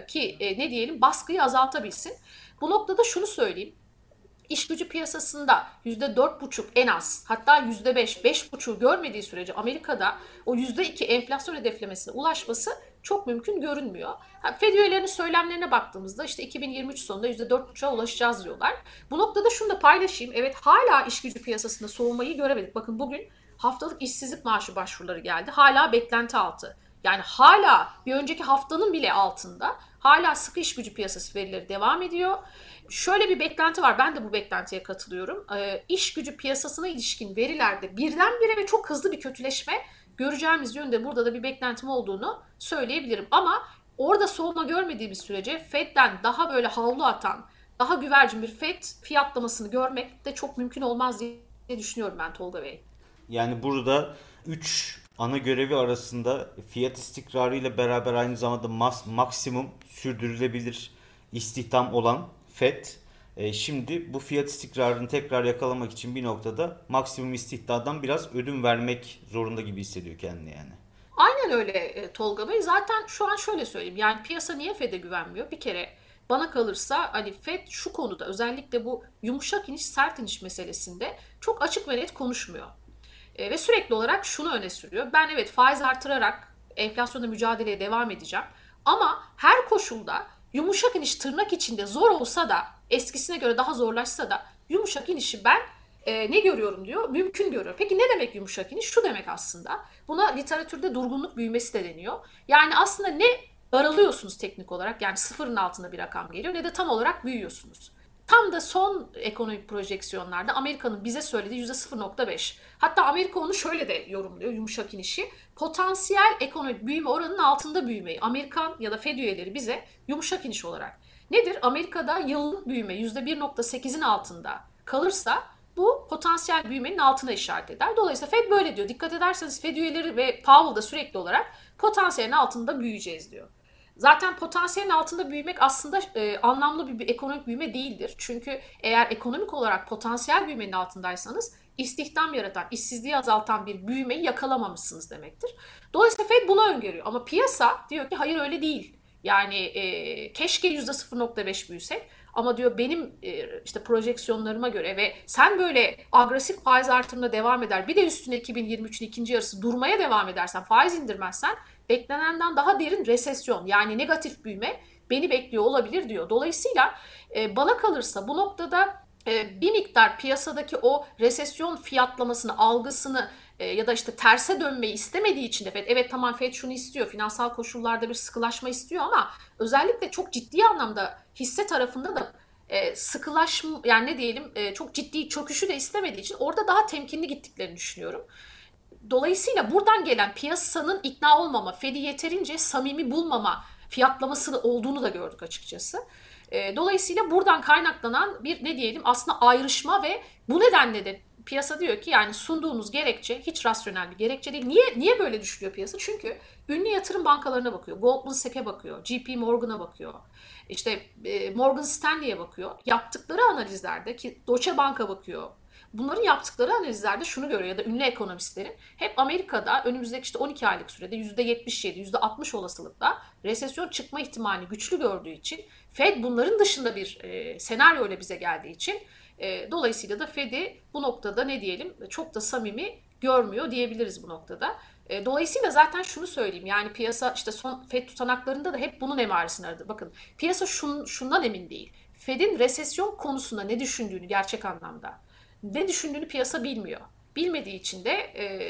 ne diyelim baskıyı azaltabilsin. Bu noktada şunu söyleyeyim. İş gücü piyasasında %4,5 en az, hatta %5, 5,5 görmediği sürece Amerika'da o %2 enflasyon hedeflemesine ulaşması çok mümkün görünmüyor. Fed üyelerinin söylemlerine baktığımızda işte 2023 sonunda %4,5'a ulaşacağız diyorlar. Bu noktada şunu da paylaşayım. Evet, hala iş gücü piyasasında soğumayı göremedik. Bakın bugün haftalık işsizlik maaşı başvuruları geldi. Hala beklenti altı. Yani hala bir önceki haftanın bile altında. Hala sıkı iş gücü piyasası verileri devam ediyor. Şöyle bir beklenti var. Ben de bu beklentiye katılıyorum. İş gücü piyasasına ilişkin verilerde birdenbire ve çok hızlı bir kötüleşme göreceğimiz yönde burada da bir beklentim olduğunu söyleyebilirim. Ama orada soğuma görmediğimiz sürece Fed'den daha böyle havlu atan, daha güvercin bir Fed fiyatlamasını görmek de çok mümkün olmaz diye düşünüyorum ben Tolga Bey. Yani burada 3 ana görevi arasında fiyat istikrarı ile beraber aynı zamanda maksimum sürdürülebilir istihdam olan FED, şimdi bu fiyat istikrarını tekrar yakalamak için bir noktada maksimum istihdamdan biraz ödün vermek zorunda gibi hissediyor kendini yani. Aynen öyle Tolga Bey. Zaten şu an şöyle söyleyeyim. Yani piyasa niye Fed'e güvenmiyor? Bir kere bana kalırsa hani Fed şu konuda özellikle bu yumuşak iniş sert iniş meselesinde çok açık ve net konuşmuyor. Ve sürekli olarak şunu öne sürüyor. Ben evet faiz artırarak enflasyonla mücadeleye devam edeceğim. Ama her koşulda yumuşak iniş tırnak içinde zor olsa da eskisine göre daha zorlaşsa da yumuşak inişi ben ne görüyorum diyor, mümkün görüyor. Peki ne demek yumuşak iniş? Şu demek aslında. Buna literatürde durgunluk büyümesi de deniyor. Yani aslında ne daralıyorsunuz teknik olarak, yani sıfırın altında bir rakam geliyor, ne de tam olarak büyüyorsunuz. Tam da son ekonomik projeksiyonlarda Amerika'nın bize söylediği %0,5. Hatta Amerika onu şöyle de yorumluyor yumuşak inişi. Potansiyel ekonomik büyüme oranının altında büyümeyi Amerikan ya da Fed üyeleri bize yumuşak iniş olarak. Nedir? Amerika'da yıllık büyüme %1,8'in altında kalırsa bu potansiyel büyümenin altına işaret eder. Dolayısıyla Fed böyle diyor. Dikkat ederseniz Fed üyeleri ve Powell da sürekli olarak potansiyelin altında büyüyeceğiz diyor. Zaten potansiyelin altında büyümek aslında anlamlı bir ekonomik büyüme değildir. Çünkü eğer ekonomik olarak potansiyel büyümenin altındaysanız istihdam yaratan, işsizliği azaltan bir büyümeyi yakalamamışsınız demektir. Dolayısıyla Fed bunu öngörüyor ama piyasa diyor ki hayır öyle değil. Yani keşke %0,5 büyüsek ama diyor benim işte projeksiyonlarıma göre ve sen böyle agresif faiz artırımına devam eder, bir de üstüne 2023'ün ikinci yarısı durmaya devam edersen, faiz indirmezsen beklenenden daha derin resesyon, yani negatif büyüme beni bekliyor olabilir diyor. Dolayısıyla bana kalırsa bu noktada bir miktar piyasadaki o resesyon fiyatlamasını, algısını ya da işte terse dönmeyi istemediği için de Fed, evet tamam Fed şunu istiyor, finansal koşullarda bir sıkılaşma istiyor ama özellikle çok ciddi anlamda hisse tarafında da sıkılaşma, yani ne diyelim, çok ciddi çöküşü de istemediği için orada daha temkinli gittiklerini düşünüyorum. Dolayısıyla buradan gelen piyasanın ikna olmama, Fed'i yeterince samimi bulmama fiyatlaması olduğunu da gördük açıkçası. Dolayısıyla buradan kaynaklanan bir ne diyelim aslında ayrışma ve bu nedenle de piyasa diyor ki yani sunduğunuz gerekçe hiç rasyonel bir gerekçe değil. Niye böyle düşünüyor piyasa? Çünkü ünlü yatırım bankalarına bakıyor. Goldman Sachs'e bakıyor. JP Morgan'a bakıyor. İşte Morgan Stanley'e bakıyor. Yaptıkları analizlerde ki Deutsche Bank'a bakıyor. Bunların yaptıkları analizlerde şunu görüyor ya da ünlü ekonomistlerin hep Amerika'da önümüzdeki işte 12 aylık sürede %77, %60 olasılıkla resesyon çıkma ihtimalini güçlü gördüğü için Fed bunların dışında bir senaryo ile bize geldiği için dolayısıyla da Fed'i bu noktada ne diyelim çok da samimi görmüyor diyebiliriz bu noktada. Dolayısıyla zaten şunu söyleyeyim, yani piyasa işte son Fed tutanaklarında da hep bunun emaresini aradı. Bakın piyasa şundan emin değil. Fed'in resesyon konusunda ne düşündüğünü gerçek anlamda, ne düşündüğünü piyasa bilmiyor. Bilmediği için de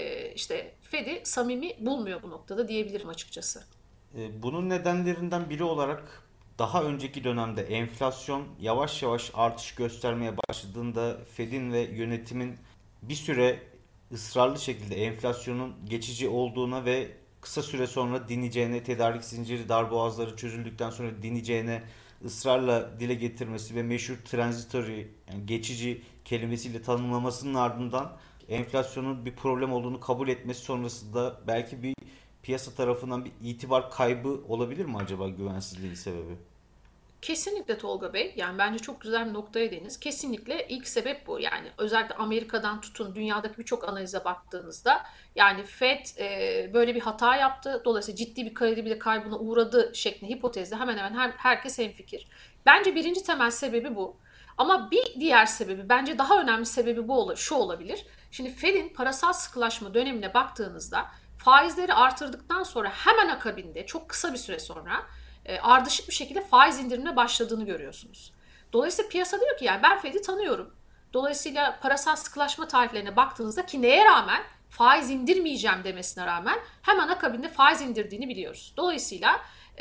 işte Fed'i samimi bulmuyor bu noktada diyebilirim açıkçası. Bunun nedenlerinden biri olarak daha önceki dönemde enflasyon yavaş yavaş artış göstermeye başladığında Fed'in ve yönetimin bir süre ısrarlı şekilde enflasyonun geçici olduğuna ve kısa süre sonra dineceğine, tedarik zinciri darboğazları çözüldükten sonra dineceğine ısrarla dile getirmesi ve meşhur transitory, yani geçici kelimesiyle tanımlamasının ardından enflasyonun bir problem olduğunu kabul etmesi sonrasında belki bir piyasa tarafından bir itibar kaybı olabilir mi acaba güvensizliğin sebebi? Kesinlikle Tolga Bey. Yani bence çok güzel bir noktaya değindiniz. Kesinlikle ilk sebep bu. Yani özellikle Amerika'dan tutun dünyadaki birçok analize baktığınızda yani Fed böyle bir hata yaptı. Dolayısıyla ciddi bir kredibilite kaybına uğradı şeklinde hipotezde hemen hemen herkes hemfikir. Bence birinci temel sebebi bu. Ama bir diğer sebebi bence daha önemli sebebi şu olabilir. Şimdi Fed'in parasal sıkılaşma dönemine baktığınızda faizleri artırdıktan sonra hemen akabinde çok kısa bir süre sonra ardışık bir şekilde faiz indirimine başladığını görüyorsunuz. Dolayısıyla piyasa diyor ki yani ben Fed'i tanıyorum. Dolayısıyla parasal sıkılaşma tarihlerine baktığınızda ki neye rağmen faiz indirmeyeceğim demesine rağmen hemen akabinde faiz indirdiğini biliyoruz. Dolayısıyla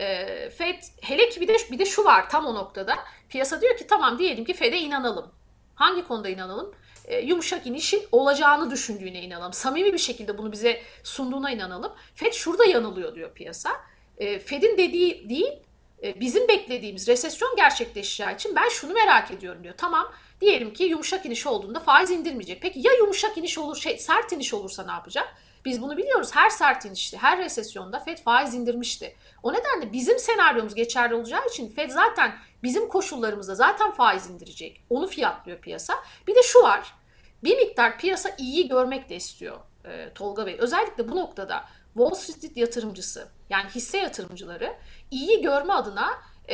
Fed hele ki bir de şu var tam o noktada. Piyasa diyor ki tamam diyelim ki Fed'e inanalım. Hangi konuda inanalım? Yumuşak inişin olacağını düşündüğüne inanalım. Samimi bir şekilde bunu bize sunduğuna inanalım. Fed şurada yanılıyor diyor piyasa. Fed'in dediği değil, bizim beklediğimiz resesyon gerçekleşeceği için ben şunu merak ediyorum diyor. Tamam diyelim ki yumuşak iniş olduğunda faiz indirmeyecek. Peki ya yumuşak iniş olur, sert iniş olursa ne yapacak? Biz bunu biliyoruz. Her sert inişte, her resesyonda Fed faiz indirmişti. O nedenle bizim senaryomuz geçerli olacağı için Fed zaten bizim koşullarımızda zaten faiz indirecek. Onu fiyatlıyor piyasa. Bir de şu var. Bir miktar piyasa iyi görmek de istiyor Tolga Bey. Özellikle bu noktada Wall Street yatırımcısı yani hisse yatırımcıları iyi görme adına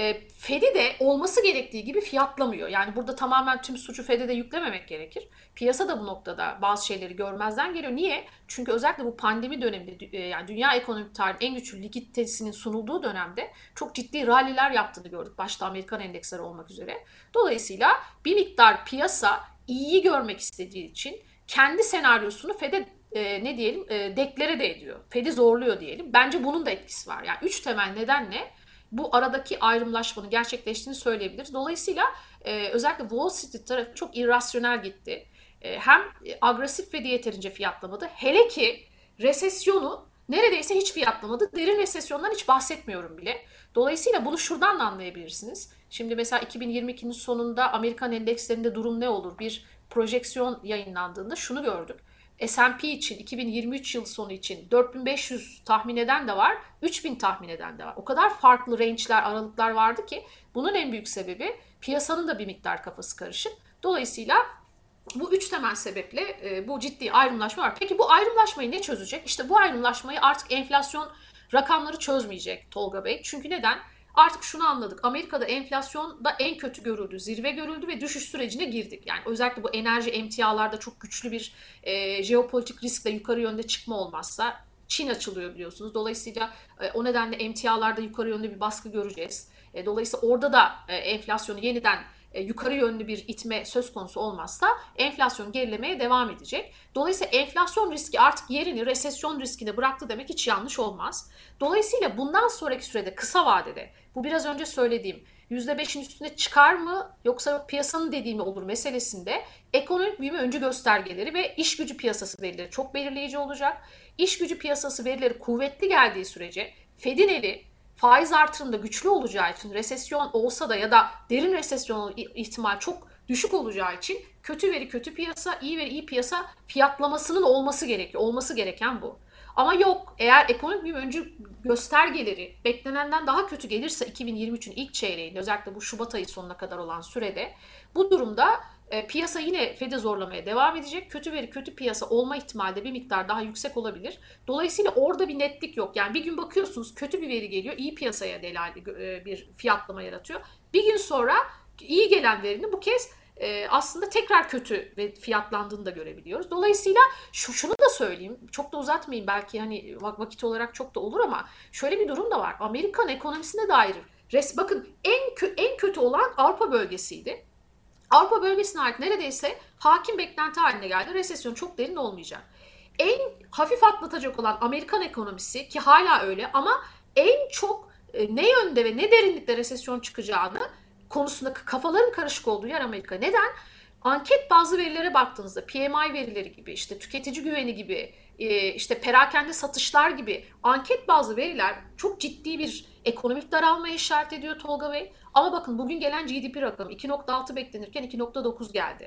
Fed'i de olması gerektiği gibi fiyatlamıyor. Yani burada tamamen tüm suçu Fed'e de yüklememek gerekir. Piyasa da bu noktada bazı şeyleri görmezden geliyor. Niye? Çünkü özellikle bu pandemi döneminde yani dünya ekonomik tarihinin en güçlü likiditesinin sunulduğu dönemde çok ciddi ralliler yaptığını gördük. Başta Amerikan endeksleri olmak üzere. Dolayısıyla bir miktar piyasa iyiyi görmek istediği için kendi senaryosunu Fed'e ne diyelim deklare de ediyor. Fed'i zorluyor diyelim. Bence bunun da etkisi var. Yani 3 temel nedenle bu aradaki ayrımlaşmanın gerçekleştiğini söyleyebiliriz. Dolayısıyla özellikle Wall Street tarafı çok irrasyonel gitti. Hem agresif ve yeterince fiyatlamadı. Hele ki resesyonu neredeyse hiç fiyatlamadı. Derin resesyondan hiç bahsetmiyorum bile. Dolayısıyla bunu şuradan da anlayabilirsiniz. Şimdi mesela 2022'nin sonunda Amerikan endekslerinde durum ne olur? Bir projeksiyon yayınlandığında şunu gördük. S&P için 2023 yılı sonu için 4500 tahmin eden de var, 3000 tahmin eden de var. O kadar farklı range'ler, aralıklar vardı ki bunun en büyük sebebi piyasanın da bir miktar kafası karışık. Dolayısıyla bu 3 temel sebeple bu ciddi ayrımlaşma var. Peki bu ayrımlaşmayı ne çözecek? İşte bu ayrımlaşmayı artık enflasyon rakamları çözmeyecek Tolga Bey. Çünkü neden? Artık şunu anladık. Amerika'da enflasyonda en kötü görüldü, zirve görüldü ve düşüş sürecine girdik. Yani özellikle bu enerji emtialarda çok güçlü bir jeopolitik riskle yukarı yönde çıkma olmazsa Çin açılıyor biliyorsunuz. Dolayısıyla o nedenle emtialarda yukarı yönde bir baskı göreceğiz. Dolayısıyla orada da enflasyonu yeniden yukarı yönlü bir itme söz konusu olmazsa enflasyon gerilemeye devam edecek. Dolayısıyla enflasyon riski artık yerini resesyon riskine bıraktı demek hiç yanlış olmaz. Dolayısıyla bundan sonraki sürede kısa vadede bu biraz önce söylediğim %5'in üstüne çıkar mı yoksa piyasanın dediği mi olur meselesinde ekonomik büyüme öncü göstergeleri ve iş gücü piyasası verileri çok belirleyici olacak. İş gücü piyasası verileri kuvvetli geldiği sürece Fed'in eli faiz artırımında güçlü olacağı için resesyon olsa da ya da derin resesyon ihtimal çok düşük olacağı için kötü veri kötü piyasa, iyi veri iyi piyasa fiyatlamasının olması gerekiyor. Olması gereken bu. Ama yok eğer ekonomik büyüme öncü göstergeleri beklenenden daha kötü gelirse 2023'ün ilk çeyreğinde özellikle bu Şubat ayı sonuna kadar olan sürede bu durumda piyasa yine Fed'i zorlamaya devam edecek. Kötü veri kötü piyasa olma ihtimali de bir miktar daha yüksek olabilir. Dolayısıyla orada bir netlik yok. Yani bir gün bakıyorsunuz kötü bir veri geliyor, iyi piyasaya delali bir fiyatlama yaratıyor. Bir gün sonra iyi gelen verinin bu kez aslında tekrar kötü ve fiyatlandığını da görebiliyoruz. Dolayısıyla şunu da söyleyeyim, çok da uzatmayayım belki hani vakit olarak çok da olur ama şöyle bir durum da var. Amerikan ekonomisine dair bakın en kötü olan Avrupa bölgesiydi. Avrupa bölgesine ait neredeyse hakim beklenti haline geldi. Resesyon çok derin olmayacak. En hafif atlatacak olan Amerikan ekonomisi ki hala öyle ama en çok ne yönde ve ne derinlikte resesyon çıkacağını konusunda kafaların karışık olduğu yer Amerika. Neden? Anket bazı verilere baktığınızda PMI verileri gibi işte tüketici güveni gibi işte perakende satışlar gibi anket bazı veriler çok ciddi bir ekonomik daralmaya işaret ediyor Tolga Bey. Ama bakın bugün gelen GDP rakamı 2.6 beklenirken 2.9 geldi.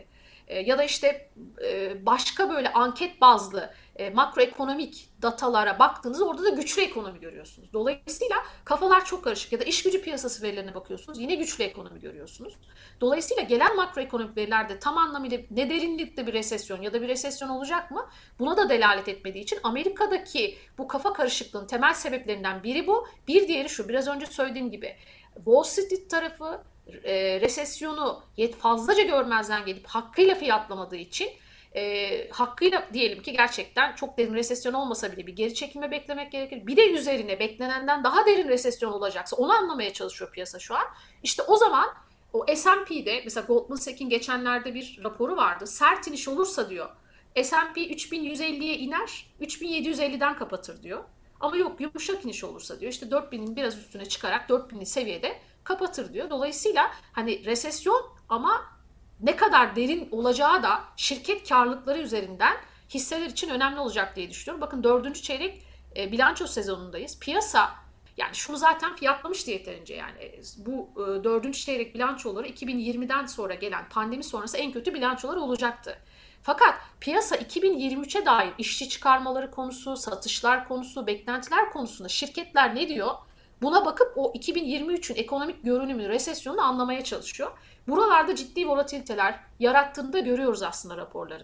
Ya da işte başka böyle anket bazlı makroekonomik datalara baktığınızda orada da güçlü ekonomi görüyorsunuz. Dolayısıyla kafalar çok karışık. Ya da iş gücü piyasası verilerine bakıyorsunuz, yine güçlü ekonomi görüyorsunuz. Dolayısıyla gelen makroekonomik verilerde tam anlamıyla ne derinlikte bir resesyon ya da bir resesyon olacak mı, buna da delalet etmediği için Amerika'daki bu kafa karışıklığının temel sebeplerinden biri bu. Bir diğeri şu, biraz önce söylediğim gibi Wall Street tarafı resesyonu fazlaca görmezden gelip hakkıyla fiyatlamadığı için hakkıyla diyelim ki gerçekten çok derin resesyon olmasa bile bir geri çekilme beklemek gerekir. Bir de üzerine beklenenden daha derin resesyon olacaksa onu anlamaya çalışıyor piyasa şu an. İşte o zaman o S&P'de mesela Goldman Sachs'in geçenlerde bir raporu vardı. Sert iniş olursa diyor S&P 3150'ye iner, 3750'den kapatır diyor. Ama yok, yumuşak iniş olursa diyor işte 4000'in biraz üstüne çıkarak 4000'li seviyede kapatır diyor. Dolayısıyla hani resesyon ama ne kadar derin olacağı da şirket karlılıkları üzerinden hisseler için önemli olacak diye düşünüyorum. Bakın dördüncü çeyrek bilanço sezonundayız. Piyasa yani şunu zaten fiyatlamıştı yeterince, yani bu dördüncü çeyrek bilançoları 2020'den sonra gelen pandemi sonrası en kötü bilançolar olacaktı. Fakat piyasa 2023'e dair işçi çıkarmaları konusu, satışlar konusu, beklentiler konusunda şirketler ne diyor? Buna bakıp o 2023'ün ekonomik görünümünü, resesyonunu anlamaya çalışıyor. Buralarda ciddi volatiliteler yarattığını da görüyoruz aslında raporların.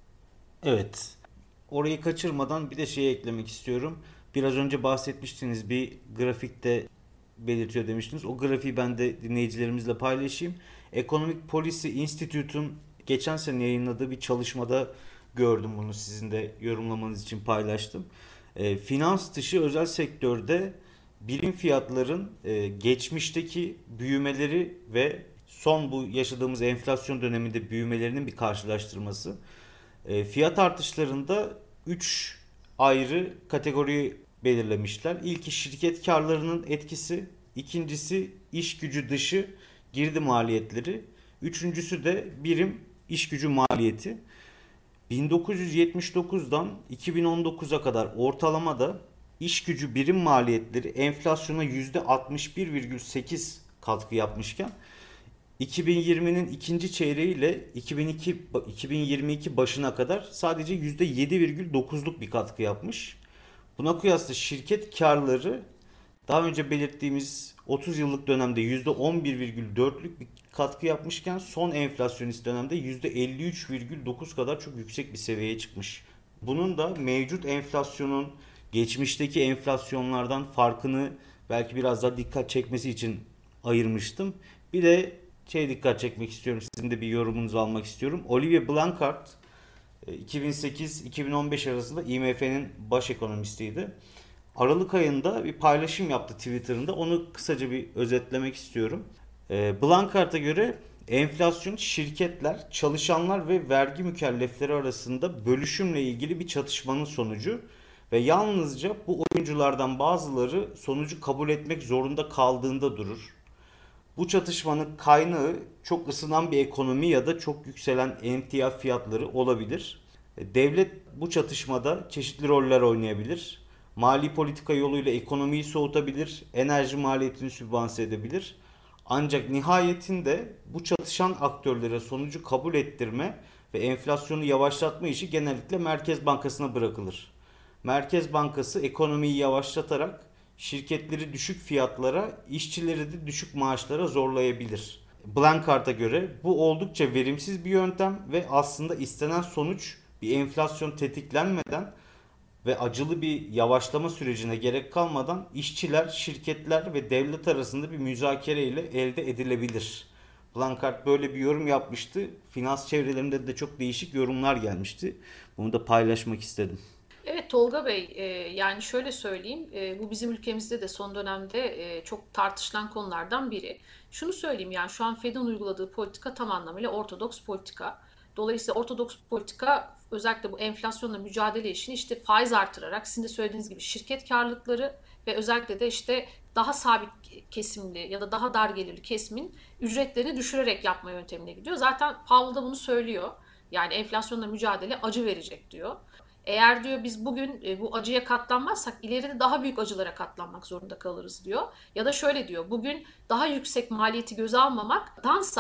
Evet. Orayı kaçırmadan bir de şey eklemek istiyorum. Biraz önce bahsetmiştiniz, bir grafikte belirtiyor demiştiniz. O grafiği ben de dinleyicilerimizle paylaşayım. Economic Policy Institute'un geçen sene yayınladığı bir çalışmada gördüm bunu, sizin de yorumlamanız için paylaştım. Finans dışı özel sektörde birim fiyatların geçmişteki büyümeleri ve son bu yaşadığımız enflasyon döneminde büyümelerinin bir karşılaştırması. Fiyat artışlarında 3 ayrı kategori belirlemişler. İlki şirket karlarının etkisi, ikincisi iş gücü dışı girdi maliyetleri, üçüncüsü de birim iş gücü maliyeti. 1979'dan 2019'a kadar ortalamada iş gücü birim maliyetleri enflasyona %61,8 katkı yapmışken 2020'nin ikinci çeyreği ile 2022 başına kadar sadece %7,9'luk bir katkı yapmış. Buna kıyasla şirket karları daha önce belirttiğimiz 30 yıllık dönemde %11,4'lük bir katkı yapmışken son enflasyonist dönemde %53,9 kadar çok yüksek bir seviyeye çıkmış. Bunun da mevcut enflasyonun geçmişteki enflasyonlardan farkını belki biraz daha dikkat çekmesi için ayırmıştım. Bir de dikkat çekmek istiyorum. Sizin de bir yorumunuzu almak istiyorum. Olivier Blanchard 2008-2015 arasında IMF'nin baş ekonomistiydi. Aralık ayında bir paylaşım yaptı Twitter'ında. Onu kısaca bir özetlemek istiyorum. Blanchard'a göre enflasyon şirketler, çalışanlar ve vergi mükellefleri arasında bölüşümle ilgili bir çatışmanın sonucu ve yalnızca bu oyunculardan bazıları sonucu kabul etmek zorunda kaldığında durur. Bu çatışmanın kaynağı çok ısınan bir ekonomi ya da çok yükselen emtia fiyatları olabilir. Devlet bu çatışmada çeşitli roller oynayabilir. Mali politika yoluyla ekonomiyi soğutabilir, enerji maliyetini sübvanse edebilir. Ancak nihayetinde bu çatışan aktörlere sonucu kabul ettirme ve enflasyonu yavaşlatma işi genellikle Merkez Bankası'na bırakılır. Merkez Bankası ekonomiyi yavaşlatarak şirketleri düşük fiyatlara, işçileri de düşük maaşlara zorlayabilir. Blanchard'a göre bu oldukça verimsiz bir yöntem ve aslında istenen sonuç bir enflasyon tetiklenmeden ve acılı bir yavaşlama sürecine gerek kalmadan işçiler, şirketler ve devlet arasında bir müzakere ile elde edilebilir. Blanchard böyle bir yorum yapmıştı. Finans çevrelerinde de çok değişik yorumlar gelmişti. Bunu da paylaşmak istedim. Evet Tolga Bey, yani şöyle söyleyeyim, bu bizim ülkemizde de son dönemde çok tartışılan konulardan biri. Şunu söyleyeyim, yani şu an Fed'in uyguladığı politika tam anlamıyla ortodoks politika. Dolayısıyla ortodoks politika özellikle bu enflasyonla mücadele işini işte faiz artırarak, sizin de söylediğiniz gibi şirket karlılıkları ve özellikle de işte daha sabit kesimli ya da daha dar gelirli kesimin ücretlerini düşürerek yapma yöntemine gidiyor. Zaten Powell da bunu söylüyor. Yani enflasyonla mücadele acı verecek diyor. Eğer diyor biz bugün bu acıya katlanmazsak ileride daha büyük acılara katlanmak zorunda kalırız diyor. Ya da şöyle diyor, bugün daha yüksek maliyeti göze almamaktansa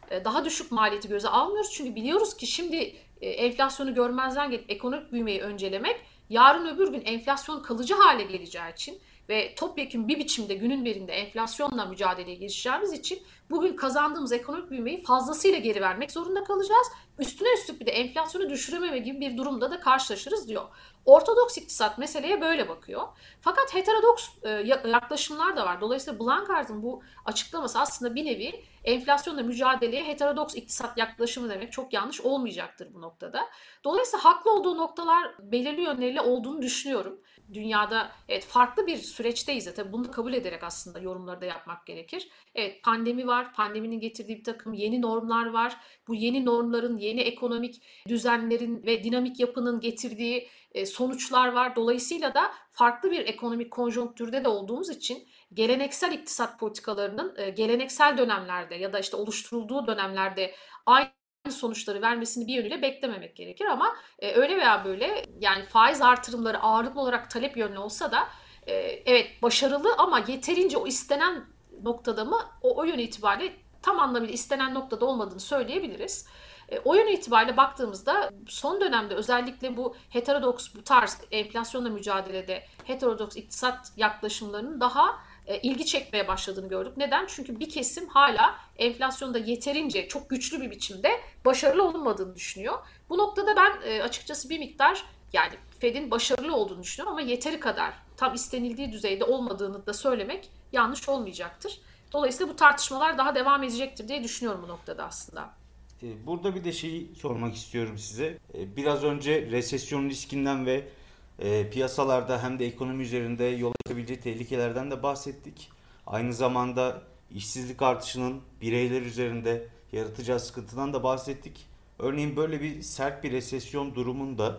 daha düşük maliyeti göze almıyoruz. Çünkü biliyoruz ki şimdi enflasyonu görmezden gelip ekonomik büyümeyi öncelemek yarın öbür gün enflasyon kalıcı hale geleceği için ve topyekun bir biçimde günün birinde enflasyonla mücadeleye girişeceğimiz için bugün kazandığımız ekonomik büyümeyi fazlasıyla geri vermek zorunda kalacağız. Üstüne üstlük bir de enflasyonu düşürememe gibi bir durumda da karşılaşırız diyor. Ortodoks iktisat meseleye böyle bakıyor. Fakat heterodoks yaklaşımlar da var. Dolayısıyla Blanchard'ın bu açıklaması aslında bir nevi enflasyonla mücadeleye heterodoks iktisat yaklaşımı demek çok yanlış olmayacaktır bu noktada. Dolayısıyla haklı olduğu noktalar belirli yönleriyle olduğunu düşünüyorum. Dünyada evet farklı bir süreçteyiz. Tabii bunu da kabul ederek aslında yorumları da yapmak gerekir. Evet pandemi var. Pandeminin getirdiği bir takım yeni normlar var. Bu yeni normların, yeni ekonomik düzenlerin ve dinamik yapının getirdiği sonuçlar var. Dolayısıyla da farklı bir ekonomik konjonktürde de olduğumuz için geleneksel iktisat politikalarının geleneksel dönemlerde ya da işte oluşturulduğu dönemlerde aynı sonuçları vermesini bir yönüyle beklememek gerekir ama öyle veya böyle yani faiz artırımları ağırlıklı olarak talep yönlü olsa da evet başarılı ama yeterince o istenen noktada mı o yön itibariyle tam anlamıyla istenen noktada olmadığını söyleyebiliriz. O yön itibariyle baktığımızda son dönemde özellikle bu heterodoks bu tarz enflasyonla mücadelede heterodoks iktisat yaklaşımlarının daha ilgi çekmeye başladığını gördük. Neden? Çünkü bir kesim hala enflasyonda yeterince çok güçlü bir biçimde başarılı olmadığını düşünüyor. Bu noktada ben açıkçası bir miktar yani Fed'in başarılı olduğunu düşünüyorum ama yeteri kadar tam istenildiği düzeyde olmadığını da söylemek yanlış olmayacaktır. Dolayısıyla bu tartışmalar daha devam edecektir diye düşünüyorum bu noktada aslında. Burada bir de şeyi sormak istiyorum size. Biraz önce resesyon riskinden ve piyasalarda hem de ekonomi üzerinde yol açabileceği tehlikelerden de bahsettik. Aynı zamanda işsizlik artışının bireyler üzerinde yaratacağı sıkıntıdan da bahsettik. Örneğin böyle bir sert bir resesyon durumunda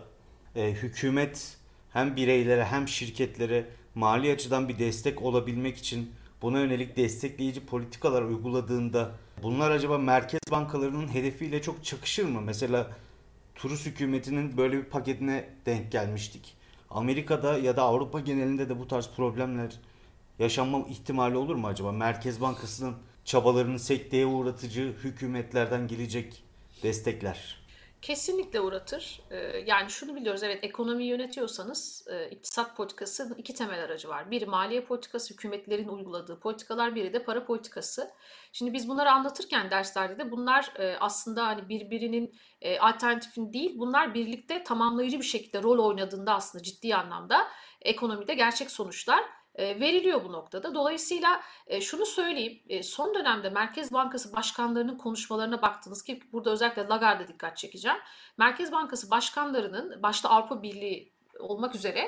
hükümet hem bireylere hem şirketlere mali açıdan bir destek olabilmek için buna yönelik destekleyici politikalar uyguladığında bunlar acaba merkez bankalarının hedefiyle çok çakışır mı? Mesela Turus hükümetinin böyle bir paketine denk gelmiştik. Amerika'da ya da Avrupa genelinde de bu tarz problemler yaşanma ihtimali olur mu acaba? Merkez Bankası'nın çabalarını sekteye uğratıcı hükümetlerden gelecek destekler. Kesinlikle uğratır. Yani şunu biliyoruz, evet ekonomiyi yönetiyorsanız iktisat politikasının iki temel aracı var. Biri maliye politikası, hükümetlerin uyguladığı politikalar, biri de para politikası. Şimdi biz bunları anlatırken derslerde de bunlar aslında hani birbirinin alternatifini değil, bunlar birlikte tamamlayıcı bir şekilde rol oynadığında aslında ciddi anlamda ekonomide gerçek sonuçlar veriliyor bu noktada. Dolayısıyla şunu söyleyeyim, son dönemde Merkez Bankası başkanlarının konuşmalarına baktınız ki burada özellikle Lagarde'a dikkat çekeceğim. Merkez Bankası başkanlarının başta Avrupa Birliği olmak üzere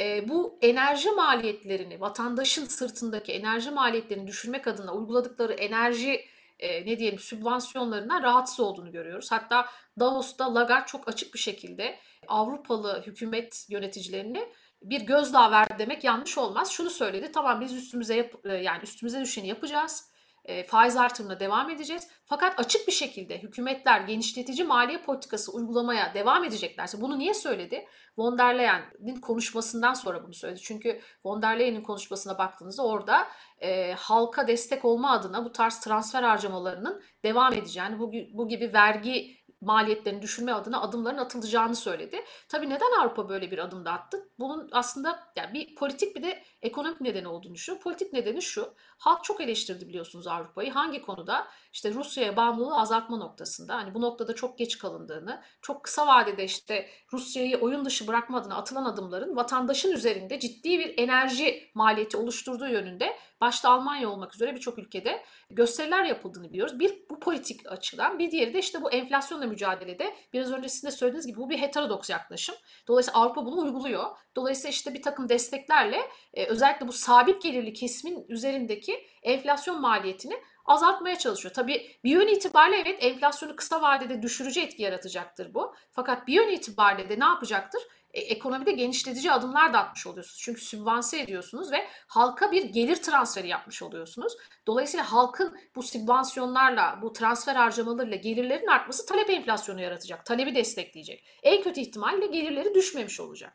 bu enerji maliyetlerini, vatandaşın sırtındaki enerji maliyetlerini düşürmek adına uyguladıkları enerji ne diyelim sübvansiyonlarından rahatsız olduğunu görüyoruz. Hatta Davos'ta Lagarde çok açık bir şekilde Avrupalı hükümet yöneticilerini bir gözdağı verdi demek yanlış olmaz. Şunu söyledi. Tamam biz yani üstümüze düşeni yapacağız. Faiz artırımına devam edeceğiz. Fakat açık bir şekilde hükümetler genişletici maliye politikası uygulamaya devam edeceklerse bunu niye söyledi? Von der Leyen'in konuşmasından sonra bunu söyledi. Çünkü Von der Leyen'in konuşmasına baktığınızda orada halka destek olma adına bu tarz transfer harcamalarının devam edeceğini, bu gibi vergi maliyetlerini düşürme adına adımların atılacağını söyledi. Tabii neden Avrupa böyle bir adım da attı? Bunun aslında yani bir politik bir de ekonomik nedeni olduğunu düşünüyorum. Politik nedeni şu. Halk çok eleştirdi biliyorsunuz Avrupa'yı. Hangi konuda? İşte Rusya'ya bağımlılığı azaltma noktasında. Hani bu noktada çok geç kalındığını, çok kısa vadede işte Rusya'yı oyun dışı bırakma adına atılan adımların vatandaşın üzerinde ciddi bir enerji maliyeti oluşturduğu yönünde başta Almanya olmak üzere birçok ülkede gösteriler yapıldığını biliyoruz. Bir bu politik açıdan, bir diğeri de işte bu enflasyonla mücadelede biraz önce sizin de söylediğiniz gibi bu bir heterodoks yaklaşım. Dolayısıyla Avrupa bunu uyguluyor. Dolayısıyla işte bir takım desteklerle özellikle bu sabit gelirli kesimin üzerindeki enflasyon maliyetini azaltmaya çalışıyor. Tabii bir yön itibariyle evet enflasyonu kısa vadede düşürücü etki yaratacaktır bu. Fakat bir yön itibariyle de ne yapacaktır? Ekonomide genişletici adımlar da atmış oluyorsunuz. Çünkü sübvanse ediyorsunuz ve halka bir gelir transferi yapmış oluyorsunuz. Dolayısıyla halkın bu sübvansiyonlarla, bu transfer harcamalarıyla gelirlerin artması talep enflasyonu yaratacak. Talebi destekleyecek. En kötü ihtimalle gelirleri düşmemiş olacak.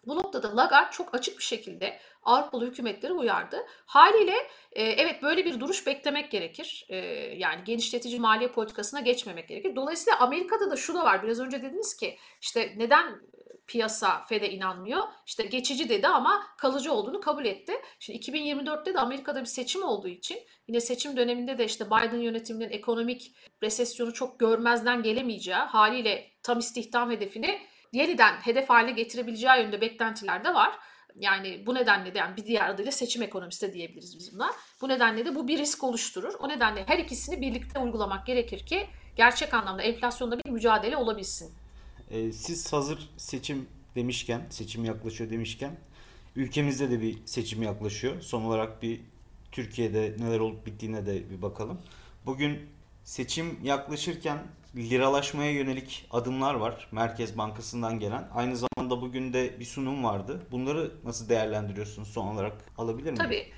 Bu noktada Lagarde çok açık bir şekilde Avrupalı hükümetleri uyardı. Haliyle evet böyle bir duruş beklemek gerekir. Yani genişletici maliye politikasına geçmemek gerekir. Dolayısıyla Amerika'da da şu da var. Biraz önce dediniz ki işte neden piyasa Fed'e inanmıyor? İşte geçici dedi ama kalıcı olduğunu kabul etti. Şimdi 2024'te de Amerika'da bir seçim olduğu için yine seçim döneminde de işte Biden yönetiminin ekonomik resesyonu çok görmezden gelemeyeceği haliyle tam istihdam hedefini yeniden hedef haline getirebileceği yönünde beklentiler de var. Yani bu nedenle de yani bir diğer adıyla seçim ekonomisi de diyebiliriz biz buna. Bu nedenle de bu bir risk oluşturur. O nedenle her ikisini birlikte uygulamak gerekir ki gerçek anlamda enflasyonda bir mücadele olabilsin. Siz hazır seçim demişken, seçim yaklaşıyor demişken, ülkemizde de bir seçim yaklaşıyor. Son olarak bir Türkiye'de neler olup bittiğine de bir bakalım. Bugün seçim yaklaşırken liralaşmaya yönelik adımlar var Merkez Bankası'ndan gelen. Aynı zamanda bugün de bir sunum vardı. Bunları nasıl değerlendiriyorsunuz, son olarak alabilir miyim? Tabii,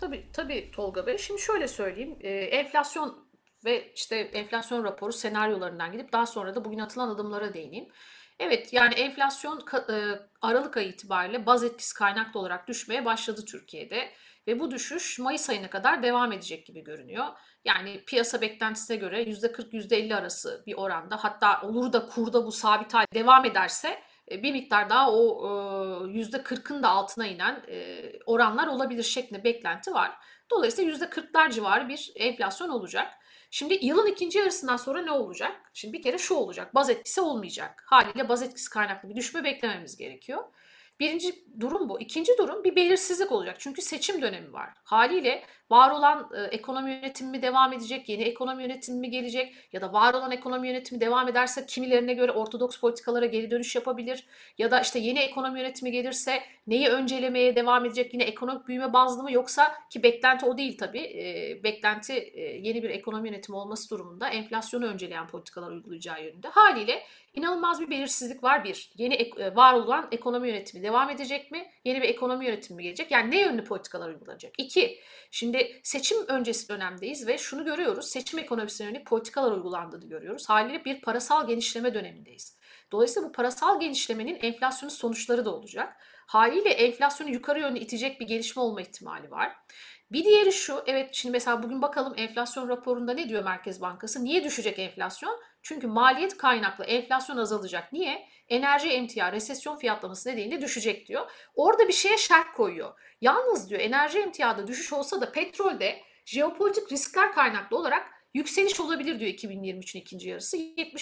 tabii Tolga Bey. Şimdi şöyle söyleyeyim. Enflasyon ve işte enflasyon raporu senaryolarından gidip daha sonra da bugün atılan adımlara değineyim. Evet, yani enflasyon Aralık ayı itibariyle baz etkisi kaynaklı olarak düşmeye başladı Türkiye'de. Ve bu düşüş Mayıs ayına kadar devam edecek gibi görünüyor. Yani piyasa beklentisine göre %40-%50 arası bir oranda, hatta olur da kurda bu sabit hal devam ederse bir miktar daha o %40'ın da altına inen oranlar olabilir şeklinde beklenti var. Dolayısıyla %40'lar civarı bir enflasyon olacak. Şimdi yılın ikinci yarısından sonra ne olacak? Şimdi bir kere şu olacak. Baz etkisi olmayacak. Haliyle baz etkisi kaynaklı bir düşme beklememiz gerekiyor. Birinci durum bu. İkinci durum bir belirsizlik olacak. Çünkü seçim dönemi var. Haliyle var olan ekonomi yönetimi mi devam edecek, yeni ekonomi yönetimi mi gelecek ya da var olan ekonomi yönetimi devam ederse kimilerine göre ortodoks politikalara geri dönüş yapabilir ya da işte yeni ekonomi yönetimi gelirse neyi öncelemeye devam edecek, yine ekonomik büyüme bazlı mı, yoksa ki beklenti o değil tabii. Beklenti yeni bir ekonomi yönetimi olması durumunda enflasyonu önceleyen politikalar uygulayacağı yönünde. Haliyle inanılmaz bir belirsizlik var bir. Yeni var olan ekonomi yönetimi devam edecek mi? Yeni bir ekonomi yönetimi mi gelecek? Yani ne yönlü politikalar uygulanacak? İki, şimdi seçim öncesi dönemdeyiz ve şunu görüyoruz. Seçim ekonomisine yönelik politikalar uygulandığını görüyoruz. Haliyle bir parasal genişleme dönemindeyiz. Dolayısıyla bu parasal genişlemenin enflasyonun sonuçları da olacak. Haliyle enflasyonu yukarı yönlü itecek bir gelişme olma ihtimali var. Bir diğeri şu, evet şimdi mesela bugün bakalım enflasyon raporunda ne diyor Merkez Bankası? Niye düşecek enflasyon? Çünkü maliyet kaynaklı enflasyon azalacak. Niye? Enerji emtia, resesyon fiyatlaması nedeniyle düşecek diyor. Orada bir şeye şerh koyuyor. Yalnız diyor enerji emtiada düşüş olsa da petrolde jeopolitik riskler kaynaklı olarak yükseliş olabilir diyor 2023'ün ikinci yarısı.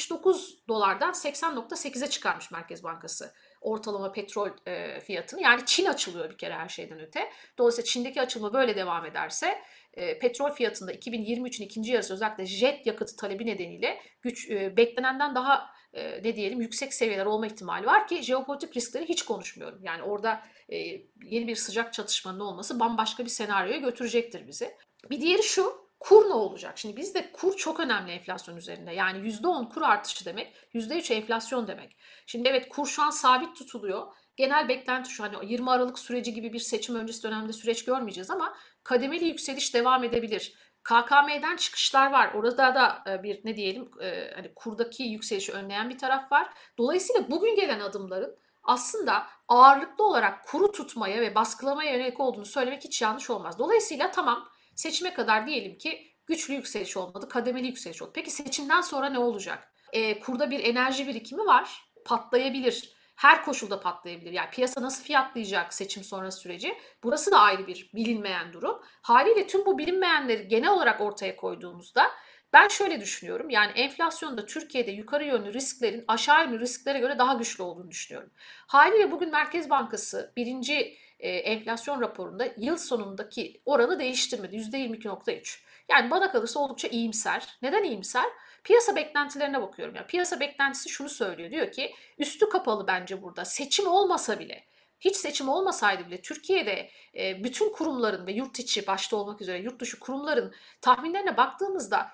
79 dolardan 80.8'e çıkarmış Merkez Bankası ortalama petrol fiyatını. Yani Çin açılıyor bir kere her şeyden öte. Dolayısıyla Çin'deki açılma böyle devam ederse petrol fiyatında 2023'ün ikinci yarısı özellikle jet yakıtı talebi nedeniyle beklenenden daha ne diyelim yüksek seviyeler olma ihtimali var ki jeopolitik riskleri hiç konuşmuyorum. Yani orada yeni bir sıcak çatışmanın olması bambaşka bir senaryoya götürecektir bizi. Bir diğeri şu, kur ne olacak? Şimdi bizde kur çok önemli enflasyon üzerinde. Yani %10 kur artışı demek, %3 enflasyon demek. Şimdi evet kur şu an sabit tutuluyor. Genel beklenti şu, hani 20 Aralık süreci gibi bir seçim öncesi dönemde süreç görmeyeceğiz ama kademeli yükseliş devam edebilir. KKM'den çıkışlar var. Orada da bir ne diyelim hani kurdaki yükselişi önleyen bir taraf var. Dolayısıyla bugün gelen adımların aslında ağırlıklı olarak kuru tutmaya ve baskılamaya yönelik olduğunu söylemek hiç yanlış olmaz. Dolayısıyla tamam, seçime kadar diyelim ki güçlü yükseliş olmadı, kademeli yükseliş oldu. Peki seçimden sonra ne olacak? Kurda bir enerji birikimi var, patlayabilir. Her koşulda patlayabilir. Yani piyasa nasıl fiyatlayacak seçim sonrası süreci? Burası da ayrı bir bilinmeyen durum. Haliyle tüm bu bilinmeyenleri genel olarak ortaya koyduğumuzda ben şöyle düşünüyorum. Yani enflasyonda Türkiye'de yukarı yönlü risklerin aşağı yönlü risklere göre daha güçlü olduğunu düşünüyorum. Haliyle bugün Merkez Bankası birinci enflasyon raporunda yıl sonundaki oranı değiştirmedi. %22,3. Yani bana kalırsa oldukça iyimser. Neden iyimser? Piyasa beklentilerine bakıyorum. Yani piyasa beklentisi şunu söylüyor. Diyor ki üstü kapalı bence burada. Seçim olmasa bile, hiç seçim olmasaydı bile Türkiye'de bütün kurumların ve yurt içi başta olmak üzere yurt dışı kurumların tahminlerine baktığımızda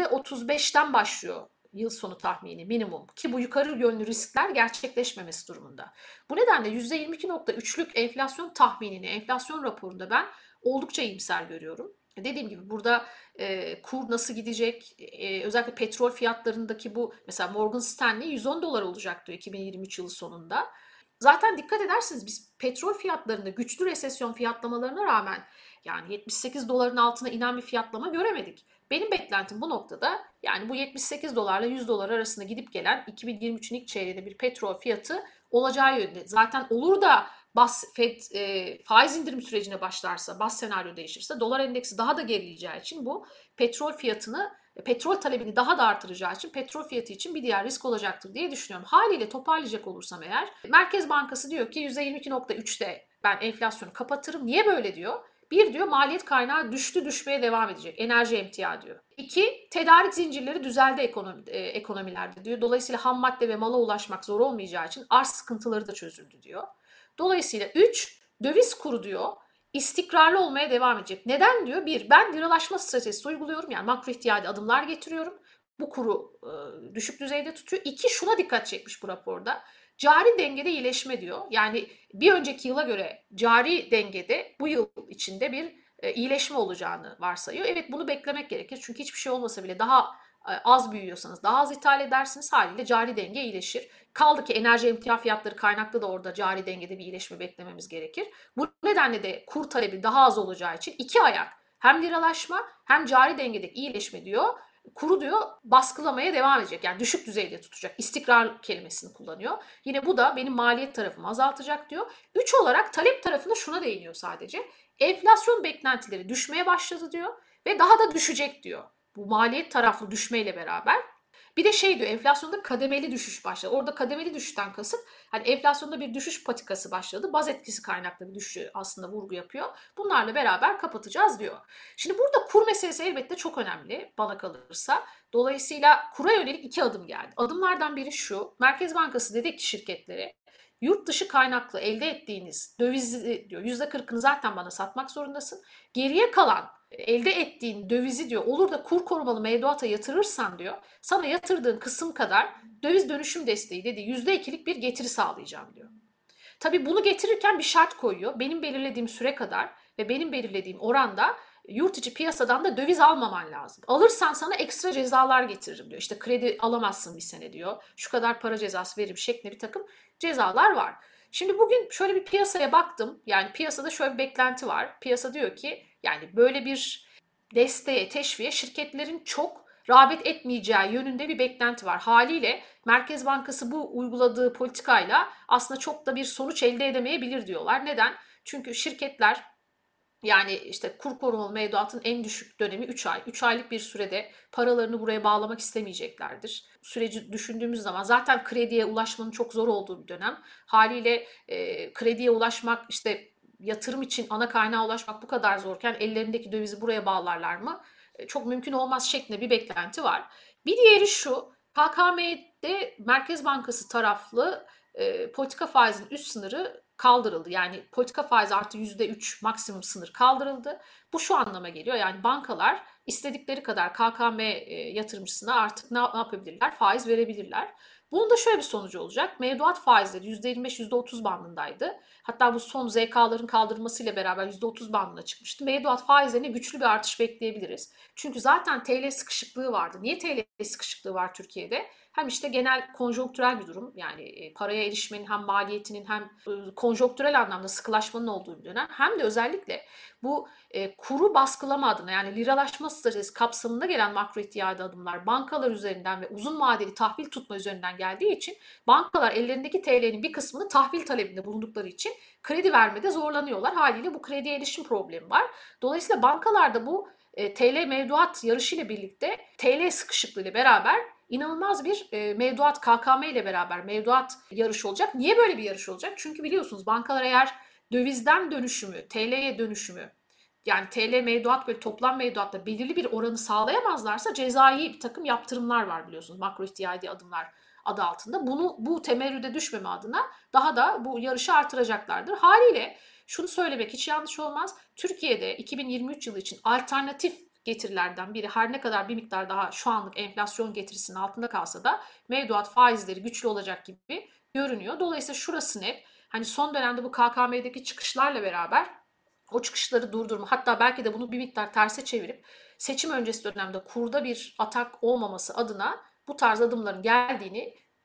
%35'ten başlıyor yıl sonu tahmini minimum, ki bu yukarı yönlü riskler gerçekleşmemesi durumunda. Bu nedenle %22,3'lük enflasyon tahminini enflasyon raporunda ben oldukça iyimser görüyorum. Dediğim gibi burada kur nasıl gidecek? Özellikle petrol fiyatlarındaki bu, mesela Morgan Stanley 110 dolar olacak diyor 2023 yılı sonunda. Zaten dikkat edersiniz biz petrol fiyatlarında güçlü resesyon fiyatlamalarına rağmen yani 78 doların altına inen bir fiyatlama göremedik. Benim beklentim bu noktada yani bu 78 dolarla 100 dolar arasında gidip gelen 2023'ün ilk çeyreğinde bir petrol fiyatı olacağı yönde. Zaten olur da Fed faiz indirim sürecine başlarsa, bas senaryo değişirse dolar endeksi daha da gerileyeceği için bu petrol fiyatını, petrol talebini daha da artıracağı için petrol fiyatı için bir diğer risk olacaktır diye düşünüyorum. Haliyle toparlayacak olursam eğer Merkez Bankası diyor ki %22.3'te ben enflasyonu kapatırım. Niye böyle diyor? Bir diyor maliyet kaynağı düşmeye devam edecek. Enerji emtia diyor. İki, tedarik zincirleri düzeldi ekonomilerde diyor. Dolayısıyla ham madde ve mala ulaşmak zor olmayacağı için arz sıkıntıları da çözüldü diyor. Dolayısıyla 3, döviz kuru diyor istikrarlı olmaya devam edecek. Neden diyor? Bir, ben liralaşma stratejisi uyguluyorum. Yani makro ihtiyadi adımlar getiriyorum. Bu kuru düşük düzeyde tutuyor. İki, şuna dikkat çekmiş bu raporda. Cari dengede iyileşme diyor. Yani bir önceki yıla göre cari dengede bu yıl içinde bir iyileşme olacağını varsayıyor. Evet bunu beklemek gerekir. Çünkü hiçbir şey olmasa bile daha az büyüyorsanız daha az ithal edersiniz. Haliyle cari denge iyileşir. Kaldı ki enerji emtia fiyatları kaynaklı da orada cari dengede bir iyileşme beklememiz gerekir. Bu nedenle de kur talebi daha az olacağı için iki ayak hem liralaşma hem cari dengedeki iyileşme diyor. Kuru diyor baskılamaya devam edecek. Yani düşük düzeyde tutacak. İstikrar kelimesini kullanıyor. Yine bu da benim maliyet tarafımı azaltacak diyor. Üç olarak talep tarafında şuna değiniyor sadece. Enflasyon beklentileri düşmeye başladı diyor ve daha da düşecek diyor. Bu maliyet taraflı düşmeyle beraber. Bir de şey diyor enflasyonda kademeli düşüş başladı. Orada kademeli düşüşten kasıt hani enflasyonda bir düşüş patikası başladı. Baz etkisi kaynaklı bir düşüşü aslında vurgu yapıyor. Bunlarla beraber kapatacağız diyor. Şimdi burada kur meselesi elbette çok önemli bana kalırsa. Dolayısıyla kura yönelik iki adım geldi. Adımlardan biri şu. Merkez Bankası dedi ki şirketlere yurt dışı kaynaklı elde ettiğiniz dövizi diyor %40'ını zaten bana satmak zorundasın. Geriye kalan elde ettiğin dövizi diyor olur da kur korumalı mevduata yatırırsan diyor sana yatırdığın kısım kadar döviz dönüşüm desteği dediği %2'lik bir getiri sağlayacağım diyor. Tabii bunu getirirken bir şart koyuyor. Benim belirlediğim süre kadar ve benim belirlediğim oranda yurt içi piyasadan da döviz almaman lazım. Alırsan sana ekstra cezalar getiririm diyor. İşte kredi alamazsın bir sene diyor. Şu kadar para cezası veririm şeklinde bir takım cezalar var. Şimdi bugün şöyle bir piyasaya baktım. Yani piyasada şöyle bir beklenti var. Piyasa diyor ki yani böyle bir desteğe, teşviğe şirketlerin çok rağbet etmeyeceği yönünde bir beklenti var. Haliyle Merkez Bankası bu uyguladığı politikayla aslında çok da bir sonuç elde edemeyebilir diyorlar. Neden? Çünkü şirketler yani işte kur korumalı mevduatın en düşük dönemi 3 ay. 3 aylık bir sürede paralarını buraya bağlamak istemeyeceklerdir. Süreci düşündüğümüz zaman zaten krediye ulaşmanın çok zor olduğu bir dönem. Haliyle krediye ulaşmak işte yatırım için ana kaynağa ulaşmak bu kadar zorken ellerindeki dövizi buraya bağlarlar mı? Çok mümkün olmaz şeklinde bir beklenti var. Bir diğeri şu, KKM'de Merkez Bankası taraflı politika faizinin üst sınırı kaldırıldı. Yani politika faizi artı %3 maksimum sınır kaldırıldı. Bu şu anlama geliyor. Yani bankalar istedikleri kadar KKM yatırımcısına artık ne yapabilirler? Faiz verebilirler. Bunun da şöyle bir sonucu olacak. Mevduat faizleri %25, %30 bandındaydı. Hatta bu son ZK'ların kaldırılmasıyla beraber %30 bandına çıkmıştı. Mevduat faizlerine güçlü bir artış bekleyebiliriz. Çünkü zaten TL sıkışıklığı vardı. Niye TL sıkışıklığı var Türkiye'de? Hem işte genel konjonktürel bir durum yani paraya erişmenin hem maliyetinin hem konjonktürel anlamda sıkılaşmanın olduğu bir dönem hem de özellikle bu kuru baskılama adına yani liralaşma stratejisi kapsamında gelen makro ihtiyadi adımlar bankalar üzerinden ve uzun vadeli tahvil tutma üzerinden geldiği için bankalar ellerindeki TL'nin bir kısmını tahvil talebinde bulundukları için kredi vermede zorlanıyorlar. Haliyle bu krediye erişim problemi var. Dolayısıyla bankalarda bu TL mevduat yarışıyla birlikte TL sıkışıklığı ile beraber inanılmaz bir mevduat KKM ile beraber mevduat yarışı olacak. Niye böyle bir yarış olacak? Çünkü biliyorsunuz bankalar eğer dövizden dönüşümü, TL'ye dönüşümü yani TL mevduat böyle toplam mevduatla belirli bir oranı sağlayamazlarsa cezai bir takım yaptırımlar var biliyorsunuz. Makro ihtiyadi adımlar adı altında. Bu temerrüde düşmeme adına daha da bu yarışı artıracaklardır. Haliyle şunu söylemek hiç yanlış olmaz. Türkiye'de 2023 yılı için alternatif getirilerden biri her ne kadar bir miktar daha şu anlık enflasyon getirisinin altında kalsa da mevduat faizleri güçlü olacak gibi görünüyor. Dolayısıyla şurası net. Hani son dönemde bu KKM'deki çıkışlarla beraber o çıkışları durdurma hatta belki de bunu bir miktar terse çevirip seçim öncesi dönemde kurda bir atak olmaması adına bu tarz adımların geldiğini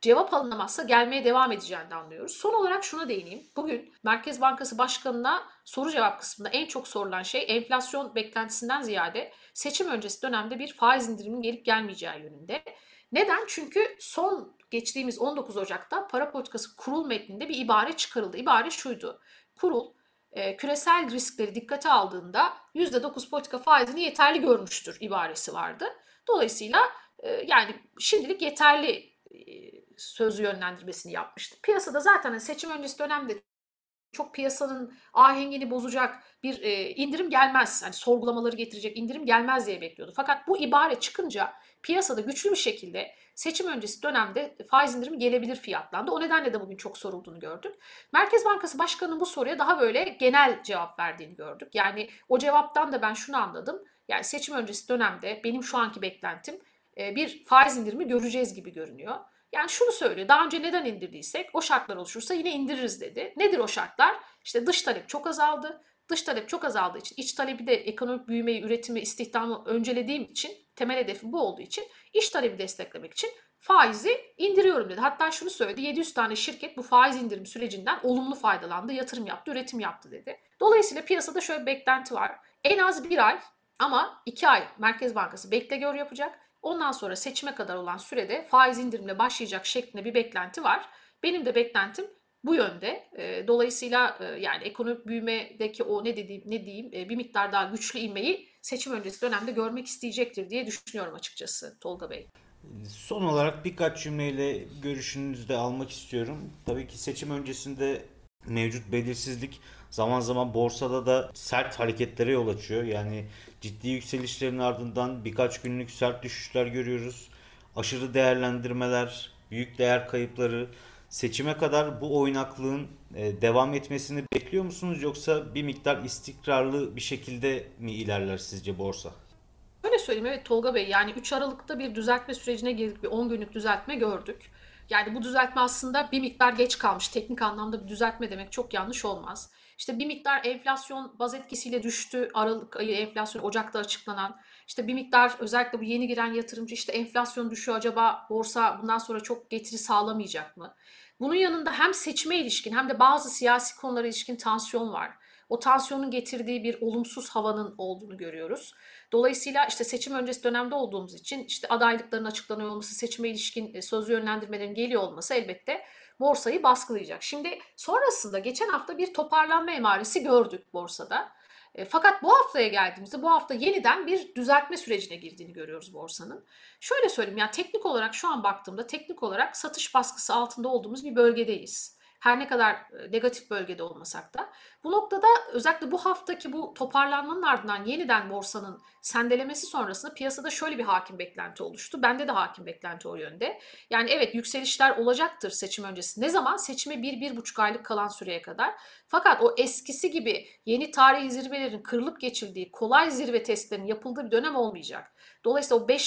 cevap alınamazsa gelmeye devam edeceğini de anlıyoruz. Son olarak şuna değineyim. Bugün Merkez Bankası Başkanı'na soru cevap kısmında en çok sorulan şey enflasyon beklentisinden ziyade seçim öncesi dönemde bir faiz indiriminin gelip gelmeyeceği yönünde. Neden? Çünkü geçtiğimiz 19 Ocak'ta para politikası kurul metninde bir ibare çıkarıldı. İbare şuydu. Kurul küresel riskleri dikkate aldığında %9 politika faizini yeterli görmüştür ibaresi vardı. Dolayısıyla yani şimdilik yeterli sözlü yönlendirmesini yapmıştı. Piyasada zaten seçim öncesi dönemde çok piyasanın ahengini bozacak bir indirim gelmez. Hani sorgulamaları getirecek indirim gelmez diye bekliyordu. Fakat bu ibare çıkınca piyasada güçlü bir şekilde seçim öncesi dönemde faiz indirimi gelebilir fiyatlandı. O nedenle de bugün çok sorulduğunu gördük. Merkez Bankası Başkanı'nın bu soruya daha böyle genel cevap verdiğini gördük. Yani o cevaptan da ben şunu anladım. Yani seçim öncesi dönemde benim şu anki beklentim bir faiz indirimi göreceğiz gibi görünüyor. Yani şunu söylüyor. Daha önce neden indirdiysek o şartlar oluşursa yine indiririz dedi. Nedir o şartlar? İşte dış talep çok azaldı. Dış talep çok azaldığı için, iç talebi de ekonomik büyümeyi, üretimi, istihdamı öncelediğim için, temel hedefim bu olduğu için iç talebi desteklemek için faizi indiriyorum dedi. Hatta şunu söyledi. 700 tane şirket bu faiz indirim sürecinden olumlu faydalandı, yatırım yaptı, üretim yaptı dedi. Dolayısıyla piyasada şöyle bir beklenti var. En az bir ay ama 2 ay Merkez Bankası bekle gör yapacak. Ondan sonra seçime kadar olan sürede faiz indirimle başlayacak şeklinde bir beklenti var. Benim de beklentim bu yönde. Dolayısıyla yani ekonomik büyümedeki o ne diyeyim bir miktar daha güçlü ivmeyi seçim öncesi dönemde görmek isteyecektir diye düşünüyorum açıkçası Tolga Bey. Son olarak birkaç cümleyle görüşünüzü de almak istiyorum. Tabii ki seçim öncesinde mevcut belirsizlik zaman zaman borsada da sert hareketlere yol açıyor. Yani ciddi yükselişlerin ardından birkaç günlük sert düşüşler görüyoruz. Aşırı değerlendirmeler, büyük değer kayıpları. Seçime kadar bu oynaklığın devam etmesini bekliyor musunuz yoksa bir miktar istikrarlı bir şekilde mi ilerler sizce borsa? Öyle söyleyeyim, evet Tolga Bey, yani 3 Aralık'ta bir düzeltme sürecine girdik, bir 10 günlük düzeltme gördük. Yani bu düzeltme aslında bir miktar geç kalmış, teknik anlamda bir düzeltme demek çok yanlış olmaz. İşte bir miktar enflasyon baz etkisiyle düştü, Aralık ayı enflasyon Ocak'ta açıklanan. İşte bir miktar özellikle bu yeni giren yatırımcı işte enflasyon düşüyor, acaba borsa bundan sonra çok getiri sağlamayacak mı? Bunun yanında hem seçime ilişkin hem de bazı siyasi konulara ilişkin tansiyon var. O tansiyonun getirdiği bir olumsuz havanın olduğunu görüyoruz. Dolayısıyla işte seçim öncesi dönemde olduğumuz için işte adaylıkların açıklanıyor olması, seçime ilişkin sözlü yönlendirmelerin geliyor olması elbette borsayı baskılayacak. Şimdi sonrasında geçen hafta bir toparlanma emaresi gördük borsada. Fakat bu haftaya geldiğimizde bu hafta yeniden bir düzeltme sürecine girdiğini görüyoruz borsanın. Şöyle söyleyeyim, yani teknik olarak şu an baktığımda teknik olarak satış baskısı altında olduğumuz bir bölgedeyiz. Her ne kadar negatif bölgede olmasak da. Bu noktada özellikle bu haftaki bu toparlanmanın ardından yeniden borsanın sendelemesi sonrasında piyasada şöyle bir hakim beklenti oluştu. Bende de hakim beklenti o yönde. Yani evet, yükselişler olacaktır seçim öncesi. Ne zaman? Seçime 1-1,5 aylık kalan süreye kadar. Fakat o eskisi gibi yeni tarihi zirvelerin kırılıp geçildiği, kolay zirve testlerinin yapıldığı bir dönem olmayacak. Dolayısıyla o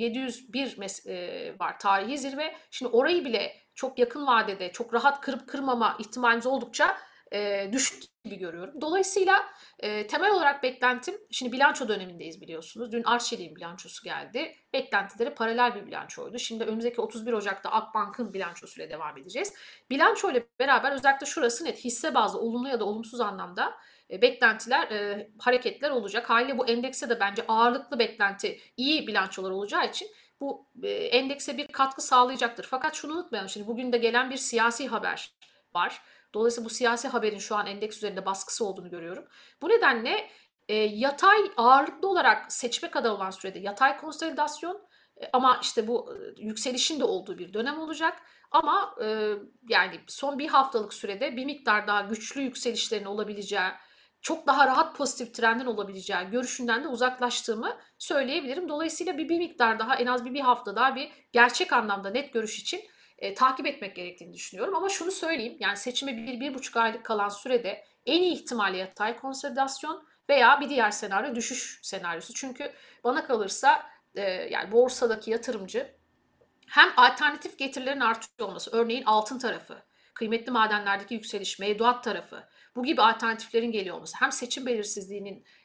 5701 var tarihi zirve. Şimdi orayı bile çok yakın vadede çok rahat kırıp kırmama ihtimalimiz oldukça düşük gibi görüyorum. Dolayısıyla temel olarak beklentim, şimdi bilanço dönemindeyiz biliyorsunuz. Dün Arçelik'in bilançosu geldi. Beklentileri paralel bir bilançoydu. Şimdi önümüzdeki 31 Ocak'ta Akbank'ın bilançosuyla devam edeceğiz. Bilanço ile beraber özellikle şurası net, hisse bazlı olumlu ya da olumsuz anlamda beklentiler, hareketler olacak. Haliyle bu endekse de bence ağırlıklı beklenti iyi bilançolar olacağı için bu endekse bir katkı sağlayacaktır. Fakat şunu unutmayalım, şimdi bugün de gelen bir siyasi haber var. Dolayısıyla bu siyasi haberin şu an endeks üzerinde baskısı olduğunu görüyorum. Bu nedenle yatay ağırlıklı olarak seçime kadar olan sürede yatay konsolidasyon, ama işte bu yükselişin de olduğu bir dönem olacak. Ama yani son bir haftalık sürede bir miktar daha güçlü yükselişlerin olabileceği, çok daha rahat pozitif trendin olabileceği görüşünden de uzaklaştığımı söyleyebilirim. Dolayısıyla bir miktar daha, en az bir hafta daha bir gerçek anlamda net görüş için takip etmek gerektiğini düşünüyorum. Ama şunu söyleyeyim, yani seçime 1-1,5 aylık kalan sürede en iyi ihtimalle yatay konsolidasyon veya bir diğer senaryo düşüş senaryosu. Çünkü bana kalırsa yani borsadaki yatırımcı hem alternatif getirilerin artıyor olması, örneğin altın tarafı, kıymetli madenlerdeki yükseliş, mevduat tarafı, bu gibi alternatiflerin geliyor olması, hem seçim belirsizliğinin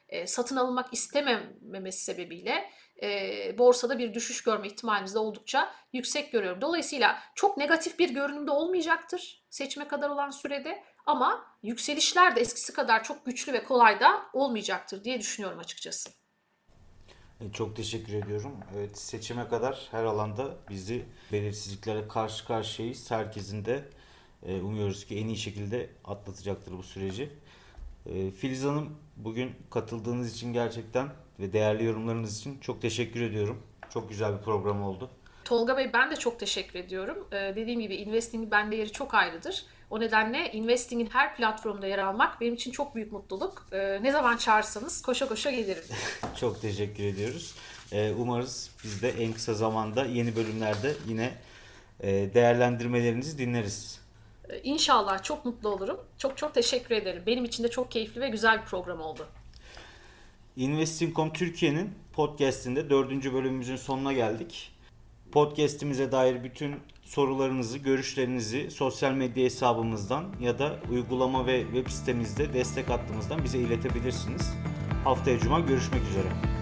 satın alınmak istememesi sebebiyle borsada bir düşüş görme ihtimalimizi de oldukça yüksek görüyorum. Dolayısıyla çok negatif bir görünümde olmayacaktır seçime kadar olan sürede, ama yükselişler de eskisi kadar çok güçlü ve kolay da olmayacaktır diye düşünüyorum açıkçası. Çok teşekkür ediyorum. Evet, seçime kadar her alanda bizi belirsizliklere karşı karşıyayız. Herkesin de umuyoruz ki en iyi şekilde atlatacaktır bu süreci. Filiz Hanım, bugün katıldığınız için gerçekten ve değerli yorumlarınız için çok teşekkür ediyorum. Çok güzel bir program oldu. Tolga Bey, ben de çok teşekkür ediyorum. Dediğim gibi Investing'in bende yeri çok ayrıdır. O nedenle Investing'in her platformda yer almak benim için çok büyük mutluluk. Ne zaman çağırsanız koşa koşa gelirim. Çok teşekkür ediyoruz. Umarız biz de en kısa zamanda yeni bölümlerde yine değerlendirmelerinizi dinleriz. İnşallah çok mutlu olurum. Çok çok teşekkür ederim. Benim için de çok keyifli ve güzel bir program oldu. Investing.com Türkiye'nin podcast'inde 4. bölümümüzün sonuna geldik. Podcast'imize dair bütün sorularınızı, görüşlerinizi sosyal medya hesabımızdan ya da uygulama ve web sitemizde destek hattımızdan bize iletebilirsiniz. Haftaya Cuma görüşmek üzere.